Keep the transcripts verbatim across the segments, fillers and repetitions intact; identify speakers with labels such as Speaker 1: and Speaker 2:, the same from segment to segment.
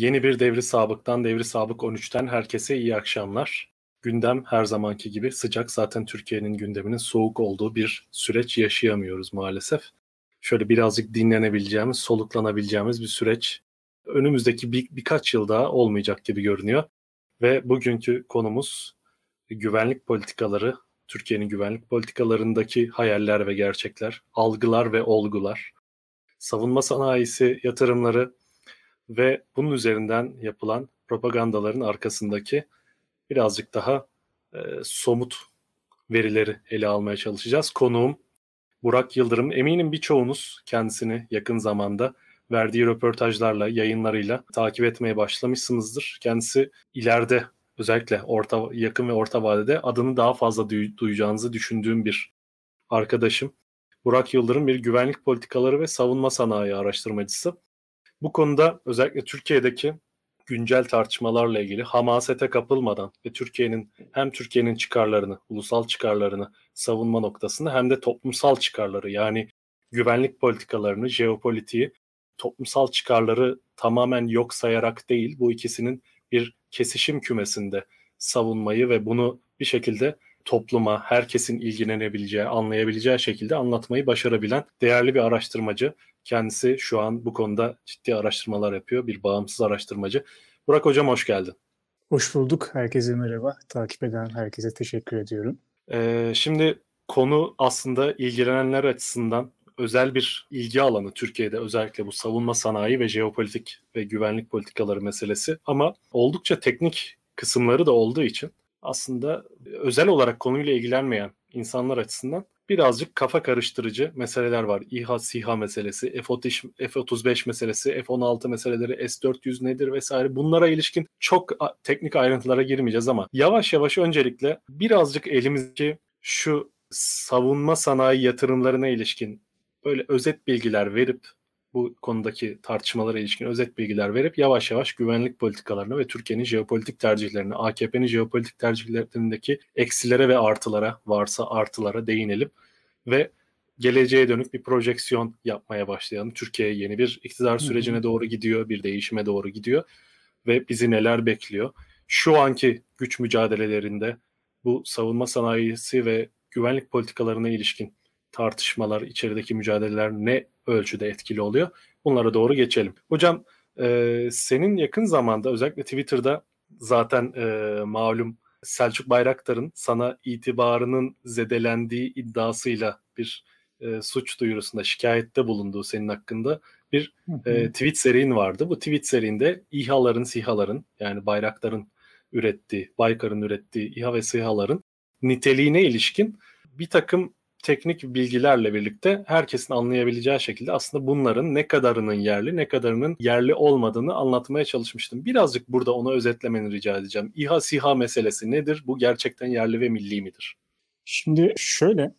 Speaker 1: Yeni bir Devri Sabık'tan, Devri Sabık on üçten herkese iyi akşamlar. Gündem her zamanki gibi sıcak. Zaten Türkiye'nin gündeminin soğuk olduğu bir süreç yaşayamıyoruz maalesef. Şöyle birazcık dinlenebileceğimiz, soluklanabileceğimiz bir süreç önümüzdeki bir, birkaç yıl daha olmayacak gibi görünüyor. Ve bugünkü konumuz güvenlik politikaları, Türkiye'nin güvenlik politikalarındaki hayaller ve gerçekler, algılar ve olgular, savunma sanayisi yatırımları ve bunun üzerinden yapılan propagandaların arkasındaki birazcık daha e, somut verileri ele almaya çalışacağız. Konuğum Burak Yıldırım. Eminim birçoğunuz kendisini yakın zamanda verdiği röportajlarla, yayınlarıyla takip etmeye başlamışsınızdır. Kendisi ileride özellikle orta, yakın ve orta vadede adını daha fazla duy, duyacağınızı düşündüğüm bir arkadaşım. Burak Yıldırım bir güvenlik politikaları ve savunma sanayi araştırmacısı. Bu konuda özellikle Türkiye'deki güncel tartışmalarla ilgili hamasete kapılmadan ve Türkiye'nin hem Türkiye'nin çıkarlarını, ulusal çıkarlarını savunma noktasında hem de toplumsal çıkarları yani güvenlik politikalarını, jeopolitiği, toplumsal çıkarları tamamen yok sayarak değil, bu ikisinin bir kesişim kümesinde savunmayı ve bunu bir şekilde topluma, herkesin ilgilenebileceği, anlayabileceği şekilde anlatmayı başarabilen değerli bir araştırmacı. Kendisi şu an bu konuda ciddi araştırmalar yapıyor. Bir bağımsız araştırmacı. Burak Hocam hoş geldin.
Speaker 2: Hoş bulduk. Herkese merhaba. Takip eden herkese teşekkür ediyorum.
Speaker 1: Ee, şimdi konu aslında ilgilenenler açısından özel bir ilgi alanı Türkiye'de, özellikle bu savunma sanayi ve jeopolitik ve güvenlik politikaları meselesi. Ama oldukça teknik kısımları da olduğu için aslında özel olarak konuyla ilgilenmeyen insanlar açısından birazcık kafa karıştırıcı meseleler var. İHA, SİHA meselesi, F otuz beş meselesi, F on altı meseleleri, S dört yüz nedir vesaire. Bunlara ilişkin çok teknik ayrıntılara girmeyeceğiz ama yavaş yavaş öncelikle birazcık elimizdeki şu savunma sanayi yatırımlarına ilişkin böyle özet bilgiler verip, bu konudaki tartışmalara ilişkin özet bilgiler verip yavaş yavaş güvenlik politikalarına ve Türkiye'nin jeopolitik tercihlerine, A K P'nin jeopolitik tercihlerindeki eksilere ve artılara, varsa artılara değinelim ve geleceğe dönük bir projeksiyon yapmaya başlayalım. Türkiye yeni bir iktidar sürecine doğru gidiyor, bir değişime doğru gidiyor ve bizi neler bekliyor? Şu anki güç mücadelelerinde bu savunma sanayisi ve güvenlik politikalarına ilişkin tartışmalar, içerideki mücadeleler ne ölçüde etkili oluyor? Bunlara doğru geçelim. Hocam e, senin yakın zamanda özellikle Twitter'da zaten e, malum Selçuk Bayraktar'ın sana itibarının zedelendiği iddiasıyla bir e, suç duyurusunda, şikayette bulunduğu senin hakkında bir e, tweet serin vardı. Bu tweet serinde İHA'ların, SİHA'ların yani Bayraktar'ın ürettiği, Baykar'ın ürettiği İHA ve SİHA'ların niteliğine ilişkin bir takım teknik bilgilerle birlikte herkesin anlayabileceği şekilde aslında bunların ne kadarının yerli, ne kadarının yerli olmadığını anlatmaya çalışmıştım. Birazcık burada onu özetlemeni rica edeceğim. İHA SİHA meselesi nedir? Bu gerçekten yerli ve milli midir?
Speaker 2: Şimdi şöyle,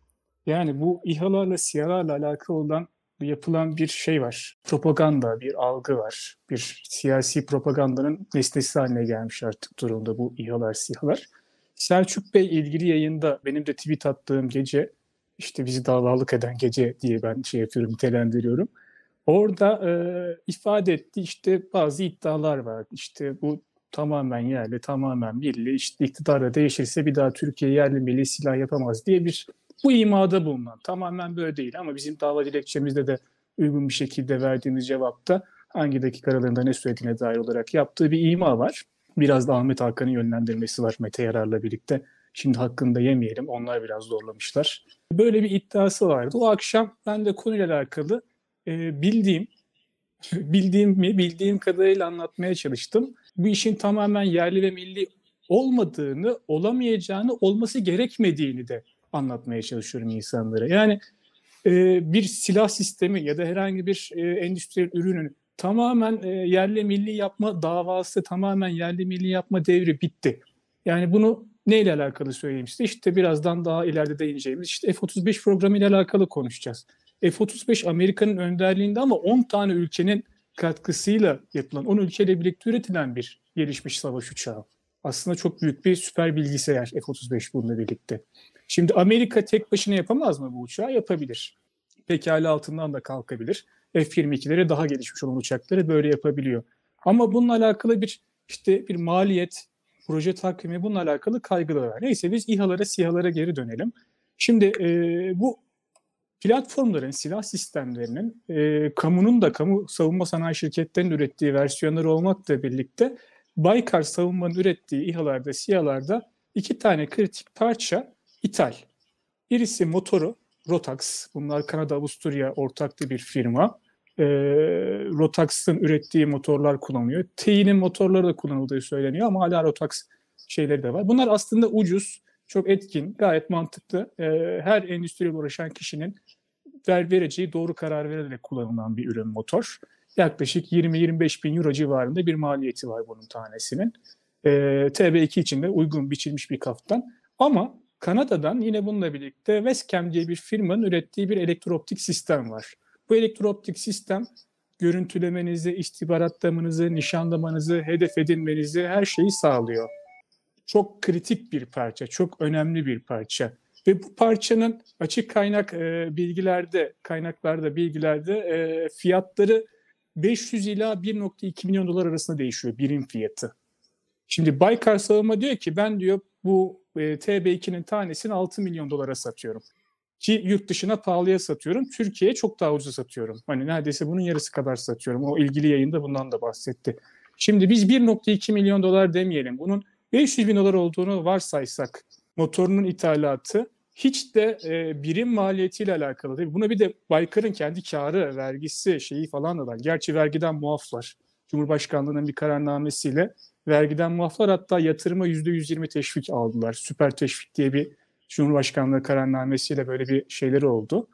Speaker 2: yani bu İHA'larla SİHA'larla alakalı olan yapılan bir şey var. Propaganda, bir algı var. Bir siyasi propagandanın nesnesi haline gelmiş artık durumda bu İHA'lar, SİHA'lar. Selçuk Bey ilgili yayında benim de tweet attığım gece, işte bizi davalık eden gece diye ben şey yapıyorum, nitelendiriyorum. Orada e, ifade etti, işte bazı iddialar var. İşte bu tamamen yerli, tamamen milli, işte iktidarda değişirse bir daha Türkiye yerli milli silah yapamaz diye bir bu imada bulunan. Tamamen böyle değil ama bizim dava dilekçemizde de uygun bir şekilde verdiğimiz cevapta hangi dakika aralığında ne söylediğine dair olarak yaptığı bir ima var. Biraz da Ahmet Hakan'ın yönlendirmesi var Mete Yarar'la birlikte. Şimdi hakkında yemeyelim, onlar biraz zorlamışlar. Böyle bir iddiası vardı. O akşam ben de konuyla alakalı e, bildiğim, bildiğimi bildiğim kadarıyla anlatmaya çalıştım. Bu işin tamamen yerli ve milli olmadığını, olamayacağını, olması gerekmediğini de anlatmaya çalışıyorum insanlara. Yani e, bir silah sistemi ya da herhangi bir e, endüstriyel ürünün tamamen e, yerli milli yapma davası, tamamen yerli milli yapma devri bitti. Yani bunu neyle alakalı söyleyeyim size? İşte birazdan daha ileride değineceğimiz işte F otuz beş programı ile alakalı konuşacağız. F otuz beş Amerika'nın önderliğinde ama on tane ülkenin katkısıyla yapılan, on ülkeyle birlikte üretilen bir gelişmiş savaş uçağı. Aslında çok büyük bir süper bilgisayar F otuz beş bununla birlikte. Şimdi Amerika tek başına yapamaz mı bu uçağı? Yapabilir. Pekala altından da kalkabilir. F yirmi ikilere daha gelişmiş olan uçakları böyle yapabiliyor. Ama bununla alakalı bir işte bir maliyet, proje takvimi, bununla alakalı kaygılar var. Neyse biz İHA'lara, SİHA'lara geri dönelim. Şimdi e, bu platformların, silah sistemlerinin e, kamunun da, kamu savunma sanayi şirketlerinin ürettiği versiyonları olmakla birlikte Baykar Savunma'nın ürettiği İHA'larda, SİHA'larda iki tane kritik parça ithal. Birisi motoru, Rotax. Bunlar Kanada, Avusturya ortaklı bir firma. E, Rotax'ın ürettiği motorlar kullanılıyor. T İ'nin motorları da kullanıldığı söyleniyor ama hala Rotax şeyleri de var. Bunlar aslında ucuz, çok etkin, gayet mantıklı. E, her endüstriyle uğraşan kişinin ver, vereceği doğru karar vererek kullanılan bir ürün motor. Yaklaşık yirmi yirmi beş bin euro civarında bir maliyeti var bunun tanesinin. E, T B iki için de uygun biçilmiş bir kaftan. Ama Kanada'dan yine bununla birlikte Westcam diye bir firmanın ürettiği bir elektrooptik sistem var. Bu elektrooptik sistem görüntülemenizi, istihbaratlamanızı, nişanlamanızı, hedef edinmenizi, her şeyi sağlıyor. Çok kritik bir parça, çok önemli bir parça. Ve bu parçanın açık kaynak e, bilgilerde, kaynaklarda, bilgilerde e, fiyatları beş yüz ila bir nokta iki milyon dolar arasında değişiyor birim fiyatı. Şimdi Baykar Savunma diyor ki ben diyor bu e, T B ikinin tanesini altı milyon dolara satıyorum. Ki yurt dışına pahalıya satıyorum. Türkiye'ye çok daha ucuza satıyorum. Hani neredeyse bunun yarısı kadar satıyorum. O ilgili yayında bundan da bahsetti. Şimdi biz bir nokta iki milyon dolar demeyelim. Bunun beş yüz bin dolar olduğunu varsaysak motorunun ithalatı hiç de e, birim maliyetiyle alakalı değil. Buna bir de Baykar'ın kendi karı, vergisi, şeyi falan da var. Gerçi vergiden muaflar. Cumhurbaşkanlığının bir kararnamesiyle vergiden muaflar, hatta yatırıma yüzde yüz yirmi teşvik aldılar. Süper teşvik diye bir Cumhurbaşkanlığı kararnamesiyle böyle bir şeyleri oldu.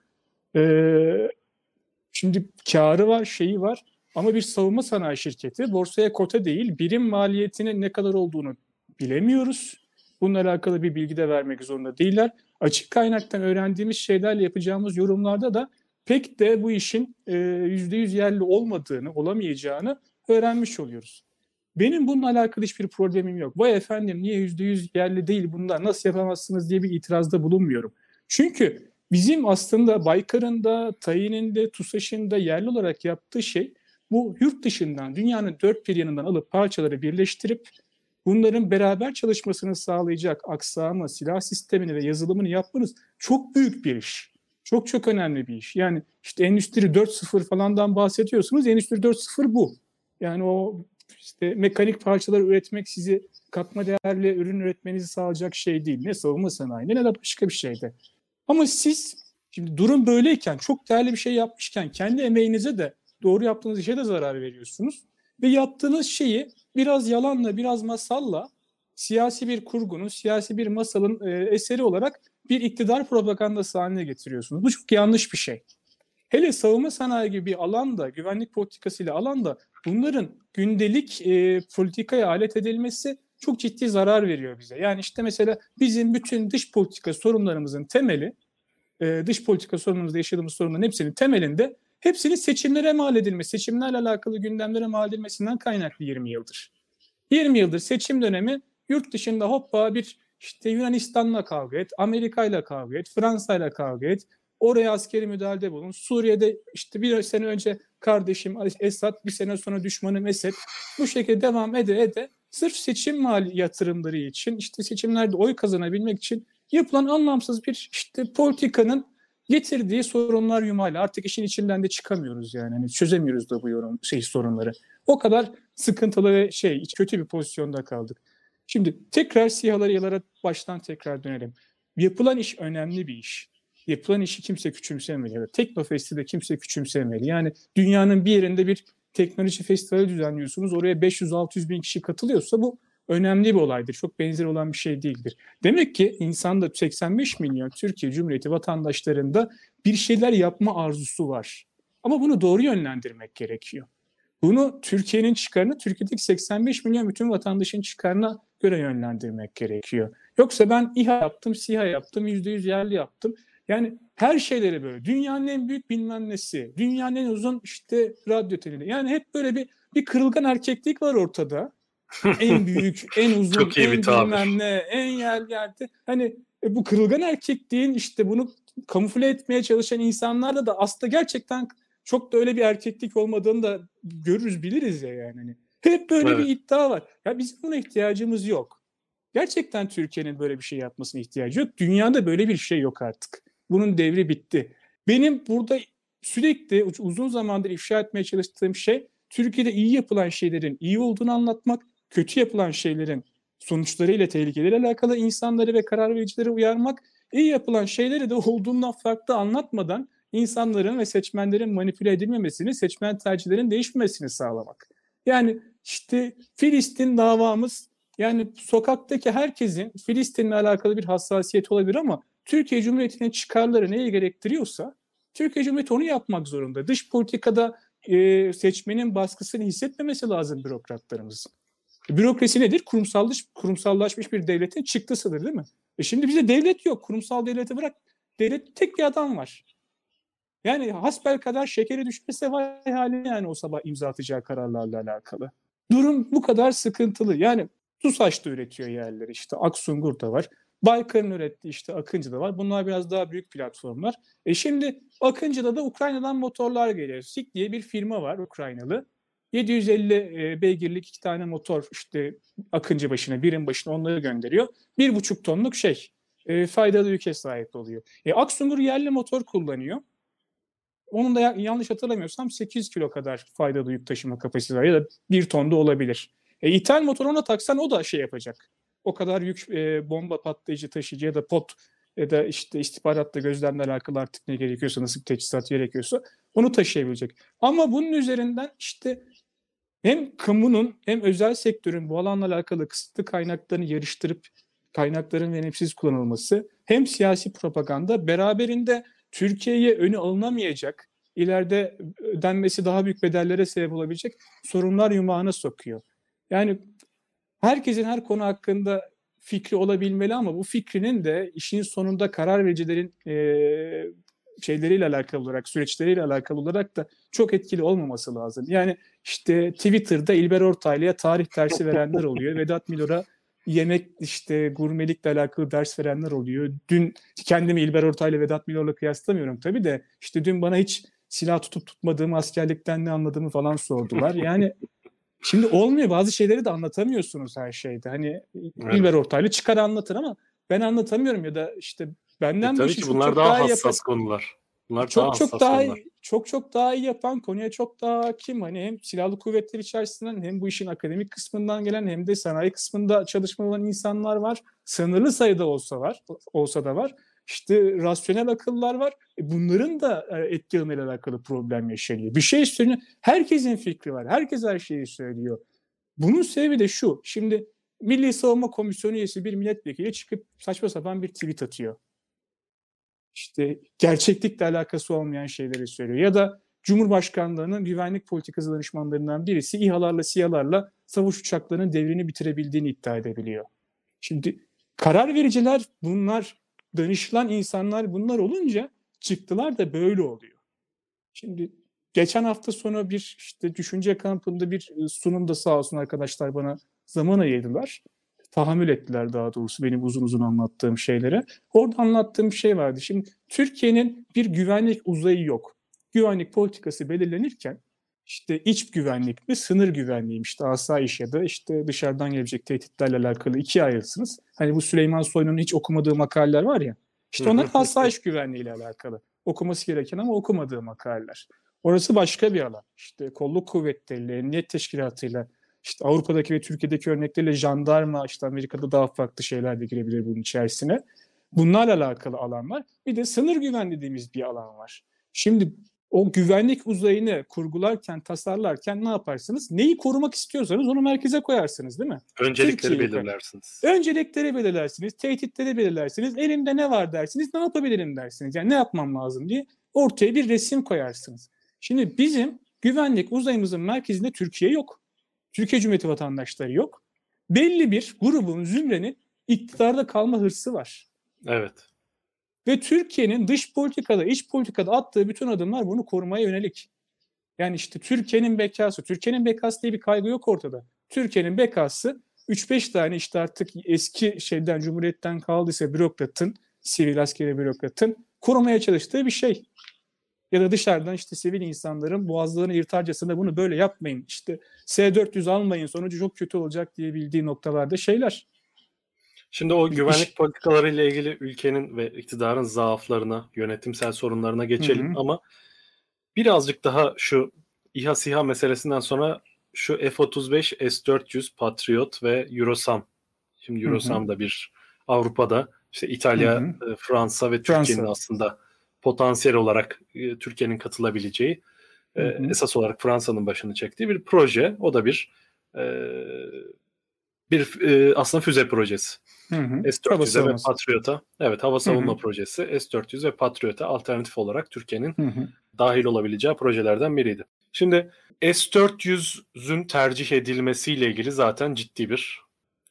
Speaker 2: Ee, şimdi karı var, şeyi var ama bir savunma sanayi şirketi borsaya kota değil, birim maliyetinin ne kadar olduğunu bilemiyoruz. Bununla alakalı bir bilgi de vermek zorunda değiller. Açık kaynaktan öğrendiğimiz şeylerle yapacağımız yorumlarda da pek de bu işin e, yüzde yüz yerli olmadığını, olamayacağını öğrenmiş oluyoruz. Benim bununla alakalı hiçbir problemim yok. Vay efendim niye yüzde yüz yerli değil bunlar, nasıl yapamazsınız diye bir itirazda bulunmuyorum. Çünkü bizim aslında Baykar'ın da, TAİ'nin de, TUSAŞ'ın da yerli olarak yaptığı şey bu yurt dışından, dünyanın dört bir yanından alıp parçaları birleştirip bunların beraber çalışmasını sağlayacak aksamı, silah sistemini ve yazılımını yapmanız çok büyük bir iş. Çok çok önemli bir iş. Yani işte Endüstri dört nokta sıfır falandan bahsediyorsunuz. Endüstri dört nokta sıfır bu. Yani o işte mekanik parçalar üretmek sizi katma değerli ürün üretmenizi sağlayacak şey değil. Ne savunma sanayinde ne de başka bir şeyde. Ama siz şimdi durum böyleyken, çok değerli bir şey yapmışken kendi emeğinize de, doğru yaptığınız işe de zarar veriyorsunuz. Ve yaptığınız şeyi biraz yalanla, biraz masalla, siyasi bir kurgunun, siyasi bir masalın e, eseri olarak bir iktidar propagandası haline getiriyorsunuz. Bu çok yanlış bir şey. Hele savunma sanayi gibi bir alanda, güvenlik politikasıyla alanda bunların gündelik e, politikaya alet edilmesi çok ciddi zarar veriyor bize. Yani işte mesela bizim bütün dış politika sorunlarımızın temeli, e, dış politika sorunlarımızda yaşadığımız sorunların hepsinin temelinde hepsinin seçimlere mal edilmesi, seçimlerle alakalı gündemlere mal edilmesinden kaynaklı yirmi yıldır. yirmi yıldır seçim dönemi yurt dışında hoppa bir işte Yunanistan'la kavga et, Amerika'yla kavga et, Fransa'yla kavga et, oraya askeri müdahalede bulun. Suriye'de işte bir sene önce kardeşim Esad, bir sene sonra düşmanım Esed. Bu şekilde devam ede ede sırf seçim mali yatırımları için, işte seçimlerde oy kazanabilmek için yapılan anlamsız bir işte politikanın getirdiği sorunlar yumayla artık işin içinden de çıkamıyoruz yani. Hani çözemiyoruz da bu yorum şey sorunları. O kadar sıkıntılı ve şey kötü bir pozisyonda kaldık. Şimdi tekrar SİHA'lara, İHA'lara baştan tekrar dönelim. Yapılan iş önemli bir iş. Yapılan işi kimse küçümsemeli. Ya da Teknofest'i de kimse küçümsemeli. Yani dünyanın bir yerinde bir teknoloji festivali düzenliyorsunuz. Oraya beş yüz altı yüz bin kişi katılıyorsa bu önemli bir olaydır. Çok benzer olan bir şey değildir. Demek ki insanda seksen beş milyon Türkiye Cumhuriyeti vatandaşlarında bir şeyler yapma arzusu var. Ama bunu doğru yönlendirmek gerekiyor. Bunu Türkiye'nin çıkarını, Türkiye'deki seksen beş milyon bütün vatandaşın çıkarına göre yönlendirmek gerekiyor. Yoksa ben İHA yaptım, SİHA yaptım, yüzde yüz yerli yaptım. Yani her şeyleri böyle. Dünyanın en büyük bilmem nesi, dünyanın en uzun işte radyo telini. Yani hep böyle bir bir kırılgan erkeklik var ortada. En büyük, en uzun, en bilmem ne, en yer yerde. Hani e, bu kırılgan erkekliğin işte bunu kamufle etmeye çalışan insanlarla da aslında gerçekten çok da öyle bir erkeklik olmadığını da görürüz, biliriz ya yani. Hani Hep böyle
Speaker 1: Evet.
Speaker 2: bir iddia var. Ya bizim buna ihtiyacımız yok. Gerçekten Türkiye'nin böyle bir şey yapmasına ihtiyacı yok. Dünyada böyle bir şey yok artık. Bunun devri bitti. Benim burada sürekli uzun zamandır ifşa etmeye çalıştığım şey, Türkiye'de iyi yapılan şeylerin iyi olduğunu anlatmak, kötü yapılan şeylerin sonuçlarıyla, tehlikeleriyle alakalı insanları ve karar vericileri uyarmak, iyi yapılan şeyleri de olduğundan farklı anlatmadan insanların ve seçmenlerin manipüle edilmemesini, seçmen tercihlerin değişmemesini sağlamak. Yani işte Filistin davamız, yani sokaktaki herkesin Filistin'le alakalı bir hassasiyeti olabilir ama Türkiye Cumhuriyeti'nin çıkarları neyi gerektiriyorsa Türkiye Cumhuriyeti onu yapmak zorunda. Dış politikada e, seçmenin baskısını hissetmemesi lazım bürokratlarımızın. Bürokrasi nedir? Kurumsallaş, kurumsallaşmış bir devletin çıktısıdır, değil mi? E şimdi bize devlet yok. Kurumsal devleti bırak. Devlet tek bir adam var. Yani hasbelkader şekeri düşmese vay haline, yani o sabah imza atacağı kararlarla alakalı. Durum bu kadar sıkıntılı. Yani TUSAŞ da üretiyor yerleri. İşte Aksungur da var. Baykar'ın ürettiği işte Akıncı da var. Bunlar biraz daha büyük platformlar. E şimdi Akıncı'da da Ukrayna'dan motorlar geliyor. S İ K diye bir firma var, Ukraynalı. yedi yüz elli e, beygirlik iki tane motor işte Akıncı başına, birim başına onları gönderiyor. Bir buçuk tonluk şey e, faydalı yüke sahip oluyor. E, Aksungur yerli motor kullanıyor. Onun da yanlış hatırlamıyorsam sekiz kilo kadar faydalı yük taşıma kapasitesi var ya da bir ton da olabilir. E, ithal motor ona taksan o da şey yapacak. O kadar yük e, bomba patlayıcı taşıyıcı ya da pot ya da işte istihbaratla gözlemle alakalı artık ne gerekiyorsa, nasıl bir teçhizat gerekiyorsa onu taşıyabilecek. Ama bunun üzerinden işte hem kamunun hem özel sektörün bu alanla alakalı kısıtlı kaynaklarını yarıştırıp kaynakların verimsiz kullanılması, hem siyasi propaganda, beraberinde Türkiye'ye önü alınamayacak, ileride ödenmesi daha büyük bedellere sebep olabilecek sorunlar yumağına sokuyor. Yani herkesin her konu hakkında fikri olabilmeli ama bu fikrinin de işin sonunda karar vericilerin e, şeyleriyle alakalı olarak, süreçleriyle alakalı olarak da çok etkili olmaması lazım. Yani işte Twitter'da İlber Ortaylı'ya tarih dersi verenler oluyor. Vedat Milor'a yemek işte gurmelikle alakalı ders verenler oluyor. Dün kendimi İlber Ortaylı, Vedat Milor'la kıyaslamıyorum tabii de işte dün bana hiç silah tutup tutmadığımı, askerlikten ne anladığımı falan sordular. Yani şimdi olmuyor, bazı şeyleri de anlatamıyorsunuz her şeyde. Hani evet. İlber Ortaylı çıkar anlatır ama ben anlatamıyorum ya da işte benden
Speaker 1: e,
Speaker 2: bu
Speaker 1: tabii
Speaker 2: işi
Speaker 1: ki
Speaker 2: çok
Speaker 1: bunlar
Speaker 2: çok
Speaker 1: daha,
Speaker 2: daha iyi
Speaker 1: hassas
Speaker 2: yapan,
Speaker 1: konular. Bunlar
Speaker 2: çok
Speaker 1: daha
Speaker 2: çok
Speaker 1: hassas
Speaker 2: daha
Speaker 1: konular.
Speaker 2: çok çok daha iyi yapan, konuya çok daha hakim, hani hem silahlı kuvvetler içerisinden hem bu işin akademik kısmından gelen hem de sanayi kısmında çalışma olan insanlar var. Sınırlı sayıda olsa var, olsa da var. İşte rasyonel akıllar var. E bunların da etki alanıyla alakalı problem yaşanıyor. Bir şey söyleniyor. Herkesin fikri var. Herkes her şeyi söylüyor. Bunun sebebi de şu. Şimdi Milli Savunma Komisyonu üyesi bir milletvekili çıkıp saçma sapan bir tweet atıyor. İşte gerçeklikle alakası olmayan şeyleri söylüyor. Ya da Cumhurbaşkanlığı'nın güvenlik politikası danışmanlarından birisi İHA'larla, SİHA'larla savaş uçaklarının devrini bitirebildiğini iddia edebiliyor. Şimdi karar vericiler bunlar, danışılan insanlar bunlar olunca çıktılar da böyle oluyor. Şimdi geçen hafta sonu bir işte düşünce kampında bir sunumda sağ olsun arkadaşlar bana zaman ayırdılar. Tahammül ettiler daha doğrusu benim uzun uzun anlattığım şeylere. Orada anlattığım şey vardı. Şimdi Türkiye'nin bir güvenlik uzayı yok. Güvenlik politikası belirlenirken işte iç güvenlik mi, sınır güvenliği mi, işte asayiş ya da işte dışarıdan gelecek tehditlerle alakalı ikiye ayırırsınız. Hani bu Süleyman Soylu'nun hiç okumadığı makaleler var ya. İşte onlar asayiş güvenliği ile alakalı. Okuması gereken ama okumadığı makaleler. Orası başka bir alan. İşte kolluk kuvvetleriyle, emniyet teşkilatıyla, işte Avrupa'daki ve Türkiye'deki örnekleriyle jandarma, işte Amerika'da daha farklı şeyler de girebilir bunun içerisine. Bunlarla alakalı alan var. Bir de sınır güvenliği dediğimiz bir alan var. Şimdi o güvenlik uzayını kurgularken, tasarlarken ne yaparsınız? Neyi korumak istiyorsanız onu merkeze koyarsınız, değil mi?
Speaker 1: Öncelikleri belirlersiniz.
Speaker 2: Öncelikleri belirlersiniz, tehditleri belirlersiniz, elimde ne var dersiniz, ne yapabilirim dersiniz. Yani ne yapmam lazım diye ortaya bir resim koyarsınız. Şimdi bizim güvenlik uzayımızın merkezinde Türkiye yok. Türkiye Cumhuriyeti vatandaşları yok. Belli bir grubun, zümrenin iktidarda kalma hırsı var.
Speaker 1: Evet.
Speaker 2: Ve Türkiye'nin dış politikada, iç politikada attığı bütün adımlar bunu korumaya yönelik. Yani işte Türkiye'nin bekası, Türkiye'nin bekası diye bir kaygı yok ortada. Türkiye'nin bekası üç beş tane işte artık eski şeyden, Cumhuriyet'ten kaldıysa bürokratın, sivil askeri bürokratın korumaya çalıştığı bir şey. Ya da dışarıdan işte sivil insanların boğazlarını yırtarcasına bunu böyle yapmayın, İşte S dört yüz almayın, sonucu çok kötü olacak diye bildiği noktalarda şeyler.
Speaker 1: Şimdi o
Speaker 2: Bir
Speaker 1: güvenlik
Speaker 2: iş.
Speaker 1: politikaları ile ilgili ülkenin ve iktidarın zaaflarına, yönetimsel sorunlarına
Speaker 2: Hı
Speaker 1: geçelim
Speaker 2: hı.
Speaker 1: ama birazcık daha şu İHA SİHA meselesinden sonra şu F otuz beş, S dört yüz, Patriot ve Eurosam. Şimdi
Speaker 2: Hı hı.
Speaker 1: Eurosam da bir Avrupa'da işte
Speaker 2: Hı
Speaker 1: İtalya,
Speaker 2: hı.
Speaker 1: e, Fransa ve Türkiye'nin
Speaker 2: Fransa.
Speaker 1: aslında potansiyel olarak e, Türkiye'nin katılabileceği,
Speaker 2: Hı
Speaker 1: e,
Speaker 2: hı.
Speaker 1: esas olarak Fransa'nın başını çektiği bir proje. O da bir e, bir e, aslında füze projesi.
Speaker 2: Hı hı. Hava
Speaker 1: S dört yüze ve
Speaker 2: savunması.
Speaker 1: Patriot'a, evet, hava
Speaker 2: Hı hı.
Speaker 1: savunma projesi S dört yüz ve Patriot'a alternatif olarak Türkiye'nin
Speaker 2: Hı hı.
Speaker 1: dahil olabileceği projelerden biriydi. Şimdi S dört yüzün tercih edilmesiyle ilgili zaten ciddi bir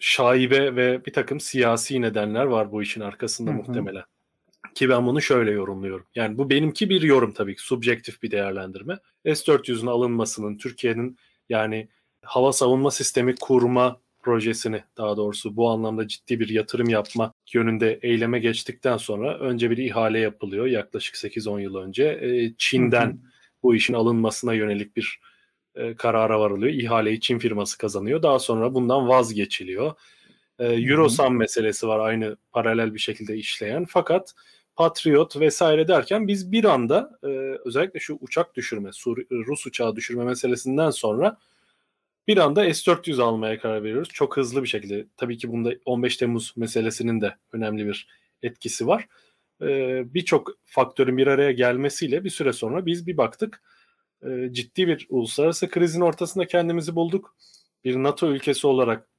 Speaker 1: şaibe ve bir takım siyasi nedenler var bu işin arkasında
Speaker 2: Hı hı.
Speaker 1: muhtemelen. Ki ben bunu şöyle yorumluyorum. Yani bu benimki bir yorum tabii ki, subjektif bir değerlendirme. S dört yüzün alınmasının Türkiye'nin yani hava savunma sistemi kurma projesini, daha doğrusu bu anlamda ciddi bir yatırım yapma yönünde eyleme geçtikten sonra önce bir ihale yapılıyor yaklaşık sekiz on yıl önce. E,
Speaker 2: Hı hı.
Speaker 1: Çin'den bu işin alınmasına yönelik bir e, karara varılıyor. İhaleyi Çin firması kazanıyor. Daha sonra bundan vazgeçiliyor. E,
Speaker 2: Hı hı.
Speaker 1: Eurosam meselesi var aynı paralel bir şekilde işleyen. Fakat Patriot vesaire derken biz bir anda e, özellikle şu uçak düşürme, Rus uçağı düşürme meselesinden sonra bir anda S dört yüz almaya karar veriyoruz. Çok hızlı bir şekilde. Tabii ki bunda on beş Temmuz meselesinin de önemli bir etkisi var. E, Birçok faktörün bir araya gelmesiyle bir süre sonra biz bir baktık, e, ciddi bir uluslararası krizin ortasında kendimizi bulduk. Bir NATO ülkesi olarak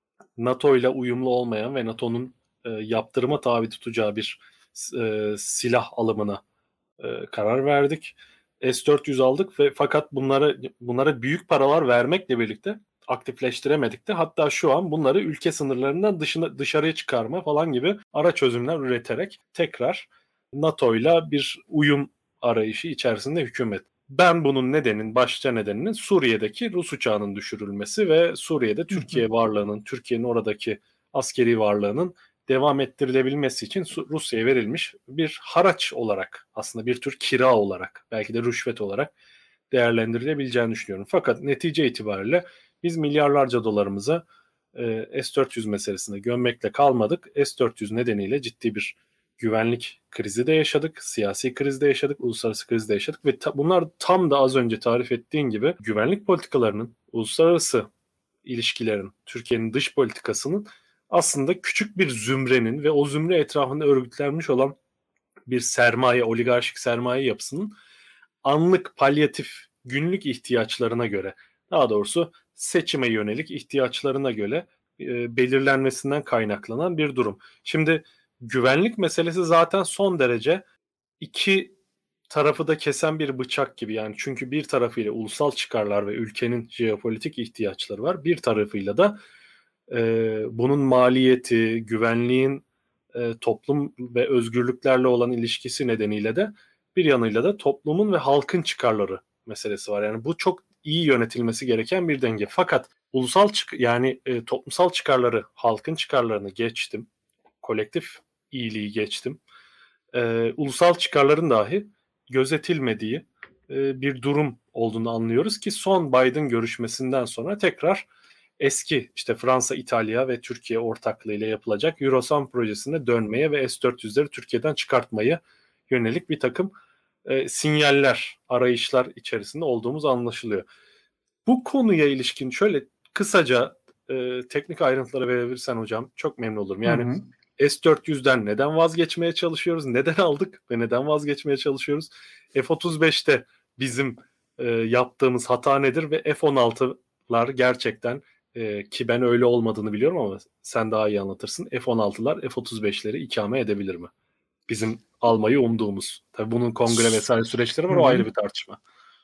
Speaker 1: NATO ile uyumlu olmayan ve NATO'nun e, yaptırıma tabi tutacağı bir e, silah alımına e, karar verdik. S dört yüz aldık ve fakat bunlara bunlara büyük paralar vermekle birlikte aktifleştiremedik de, hatta şu an bunları ülke sınırlarından dışına dışarıya çıkarma falan gibi ara çözümler üreterek tekrar NATO'yla bir uyum arayışı içerisinde hükümet. Ben bunun nedenin, başlıca nedeninin Suriye'deki Rus uçağının düşürülmesi ve Suriye'de
Speaker 2: Hı hı.
Speaker 1: Türkiye varlığının, Türkiye'nin oradaki askeri varlığının devam ettirilebilmesi için Rusya'ya verilmiş bir haraç olarak, aslında bir tür kira olarak, belki de rüşvet olarak değerlendirilebileceğini düşünüyorum. Fakat netice itibariyle biz milyarlarca dolarımıza e, S dört yüz meselesinde gömmekle kalmadık. S dört yüz nedeniyle ciddi bir güvenlik krizi de yaşadık, siyasi kriz de yaşadık, uluslararası kriz de yaşadık ve ta, bunlar tam da az önce tarif ettiğin gibi güvenlik politikalarının, uluslararası ilişkilerin, Türkiye'nin dış politikasının aslında küçük bir zümrenin ve o zümre etrafında örgütlenmiş olan bir sermaye, oligarşik sermaye yapısının anlık, palyatif, günlük ihtiyaçlarına göre, daha doğrusu seçime yönelik ihtiyaçlarına göre e, belirlenmesinden kaynaklanan bir durum. Şimdi güvenlik meselesi zaten son derece iki tarafı da kesen bir bıçak gibi, yani çünkü bir tarafıyla ulusal çıkarlar ve ülkenin jeopolitik ihtiyaçları var. Bir tarafıyla da e, bunun maliyeti, güvenliğin e, toplum ve özgürlüklerle olan ilişkisi nedeniyle de bir yanıyla da toplumun ve halkın çıkarları meselesi var. Yani bu çok iyi yönetilmesi gereken bir denge. Fakat ulusal çık yani e, toplumsal çıkarları, halkın çıkarlarını geçtim. Kolektif iyiliği geçtim. E, ulusal çıkarların dahi gözetilmediği e, bir durum olduğunu anlıyoruz ki son Biden görüşmesinden sonra tekrar eski işte Fransa, İtalya ve Türkiye ortaklığıyla yapılacak Eurosam projesine dönmeye ve S dört yüzleri Türkiye'den çıkartmaya yönelik bir takım e, sinyaller, arayışlar içerisinde olduğumuz anlaşılıyor. Bu konuya ilişkin şöyle kısaca e, teknik ayrıntıları verebilirsen hocam çok memnun olurum.
Speaker 2: Hı
Speaker 1: Yani
Speaker 2: hı.
Speaker 1: S dört yüzden neden vazgeçmeye çalışıyoruz? Neden aldık ve neden vazgeçmeye çalışıyoruz? F otuz beşte bizim e, yaptığımız hata nedir ve F on altılar gerçekten, e, ki ben öyle olmadığını biliyorum ama sen daha iyi anlatırsın. F on altılar F otuz beşleri ikame edebilir mi? Bizim almayı umduğumuz. Tabii bunun kongre vesaire süreçleri
Speaker 2: Hı
Speaker 1: var, o
Speaker 2: hı.
Speaker 1: ayrı bir tartışma.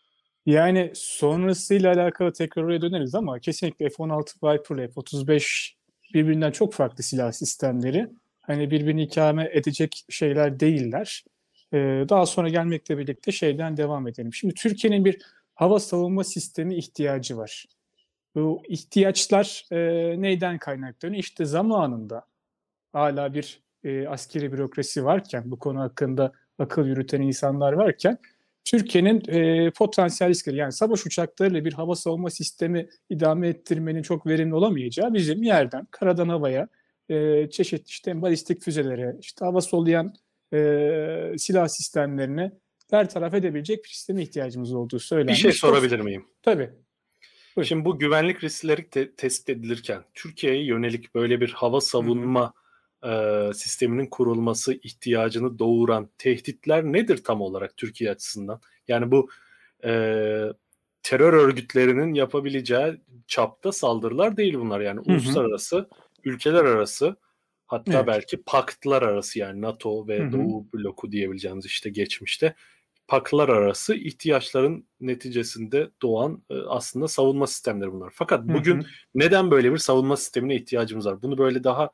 Speaker 2: Yani sonrasıyla alakalı tekrar oraya döneriz ama kesinlikle F on altı Viper ile F otuz beş birbirinden çok farklı silah sistemleri. Hani birbirini ikame edecek şeyler değiller. Ee, daha sonra gelmekle birlikte şeyden devam edelim. Şimdi Türkiye'nin bir hava savunma sistemi ihtiyacı var. Bu ihtiyaçlar e, neyden kaynaklanıyor? İşte zamanında hala bir e, askeri bürokrasi varken, bu konu hakkında akıl yürüten insanlar varken Türkiye'nin e, potansiyel riskleri, yani savaş uçaklarıyla bir hava savunma sistemi idame ettirmenin çok verimli olamayacağı, bizim yerden karadan havaya e, çeşitli işte balistik füzelere, işte hava soluyan e, silah sistemlerine bertaraf edebilecek bir sisteme ihtiyacımız olduğu
Speaker 1: Bir şey
Speaker 2: söylenmiş.
Speaker 1: sorabilir miyim?
Speaker 2: Tabii. Buyurun.
Speaker 1: Şimdi bu güvenlik riskleri te- tespit edilirken Türkiye'ye yönelik böyle bir hava savunma e, sisteminin kurulması ihtiyacını doğuran tehditler nedir tam olarak Türkiye açısından? Yani bu e, terör örgütlerinin yapabileceği çapta saldırılar değil bunlar. Yani
Speaker 2: Hı hı.
Speaker 1: uluslararası, ülkeler arası, hatta
Speaker 2: Evet.
Speaker 1: belki paktlar arası, yani NATO
Speaker 2: Hı
Speaker 1: ve
Speaker 2: hı.
Speaker 1: Doğu bloku diyebileceğimiz işte geçmişte paklar arası ihtiyaçların neticesinde doğan e, aslında savunma sistemleri bunlar. Fakat
Speaker 2: Hı
Speaker 1: bugün
Speaker 2: hı.
Speaker 1: neden böyle bir savunma sistemine ihtiyacımız var? Bunu böyle daha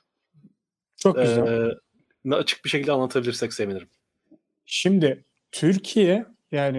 Speaker 2: Çok güzel.
Speaker 1: e, açık bir şekilde anlatabilirsek sevinirim.
Speaker 2: Şimdi Türkiye, yani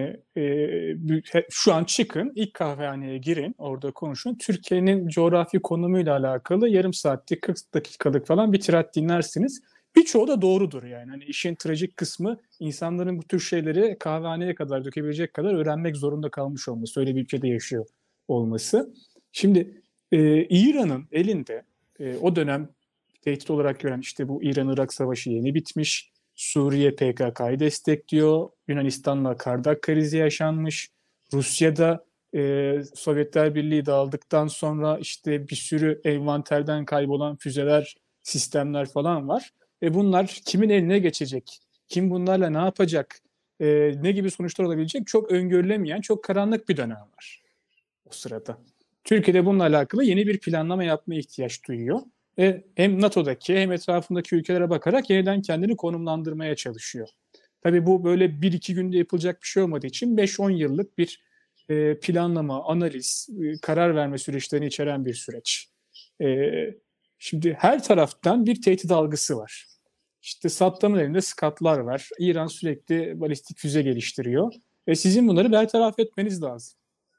Speaker 2: e, şu an çıkın, ilk kahvehaneye girin, orada konuşun. Türkiye'nin coğrafi konumuyla alakalı yarım saatlik, kırk dakikalık falan bir tirat dinlersiniz. Birçoğu da doğrudur yani. Hani işin trajik kısmı, insanların bu tür şeyleri kahvehaneye kadar dökebilecek kadar öğrenmek zorunda kalmış olması, öyle bir ülkede yaşıyor olması. Şimdi e, İran'ın elinde e, o dönem tehdit olarak gören, işte bu İran-Irak savaşı yeni bitmiş. Suriye P K K'yı destekliyor. Yunanistan'la Kardak krizi yaşanmış. Rusya'da e, Sovyetler Birliği dağıldıktan sonra işte bir sürü envanterden kaybolan füzeler, sistemler falan var. Ve bunlar kimin eline geçecek? Kim bunlarla ne yapacak? E, ne gibi sonuçlar olabilecek? Çok öngörülemeyen, çok karanlık bir dönem var o sırada. Türkiye'de bununla alakalı yeni bir planlama yapmaya ihtiyaç duyuyor. Ve hem NATO'daki hem etrafındaki ülkelere bakarak yeniden kendini konumlandırmaya çalışıyor. Tabii bu böyle bir iki günde yapılacak bir şey olmadığı için beş on yıllık bir e, planlama, analiz, e, karar verme süreçlerini içeren bir süreç. E, Şimdi her taraftan bir tehdit algısı var. İşte Saddam'ın elinde Scud'lar var. İran sürekli balistik füze geliştiriyor. Ve sizin bunları bertaraf etmeniz lazım.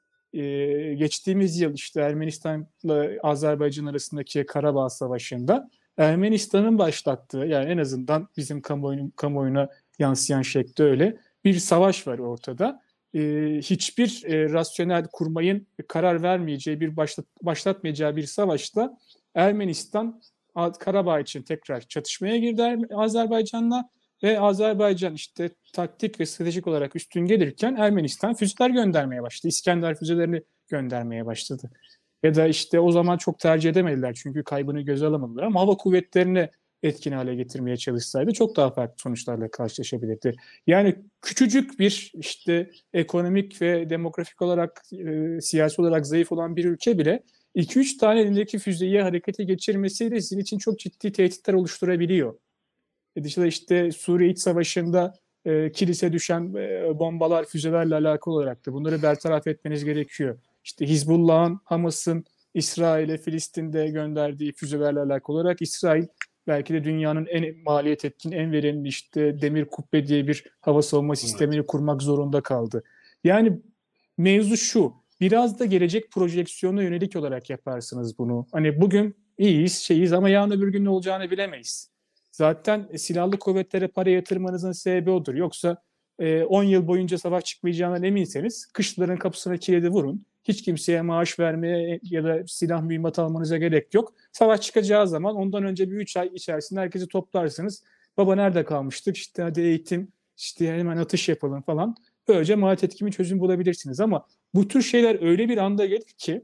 Speaker 2: Ee, geçtiğimiz yıl işte Ermenistan'la Azerbaycan arasındaki Karabağ Savaşı'nda Ermenistan'ın başlattığı, yani en azından bizim kamuoyuna, kamuoyuna yansıyan şekli öyle bir savaş var ortada. Ee, hiçbir e, rasyonel kurmayın karar vermeyeceği, bir başlat, başlatmayacağı bir savaşta Ermenistan Karabağ için tekrar çatışmaya girdi Azerbaycan'la ve Azerbaycan işte taktik ve stratejik olarak üstün gelirken Ermenistan füzeler göndermeye başladı. İskender füzelerini göndermeye başladı. Ya da işte o zaman çok tercih edemediler çünkü kaybını göze alamadılar, ama hava kuvvetlerini etkin hale getirmeye çalışsaydı çok daha farklı sonuçlarla karşılaşabilirdi. Yani küçücük bir işte ekonomik ve demografik olarak e, siyasi olarak zayıf olan bir ülke bile iki üç tane elindeki füzeyi harekete geçirmesiyle sizin için çok ciddi tehditler oluşturabiliyor. Dışında işte Suriye İç Savaşı'nda e, kilise düşen e, bombalar, füzelerle alakalı olarak da bunları bertaraf etmeniz gerekiyor. İşte Hizbullah'ın, Hamas'ın İsrail'e, Filistin'de gönderdiği füzelerle alakalı olarak İsrail belki de dünyanın en maliyet etkin, en verimli işte demir kubbe diye bir hava savunma
Speaker 1: Evet.
Speaker 2: sistemini kurmak zorunda kaldı. Yani mevzu şu, biraz da gelecek projeksiyona yönelik olarak yaparsınız bunu. Hani bugün iyiyiz, şeyiz ama yarın öbür gün ne olacağını bilemeyiz. Zaten silahlı kuvvetlere para yatırmanızın sebebi odur. Yoksa e, on yıl boyunca savaş çıkmayacağından eminseniz kışların kapısına kilidi vurun. Hiç kimseye maaş vermeye ya da silah mühimmat almanıza gerek yok. Savaş çıkacağı zaman ondan önce bir üç ay içerisinde herkesi toplarsınız. Baba nerede kalmıştık? İşte hadi eğitim, işte hemen atış yapalım falan. Böylece maliyet etkimi çözüm bulabilirsiniz. Ama bu tür şeyler öyle bir anda gelir ki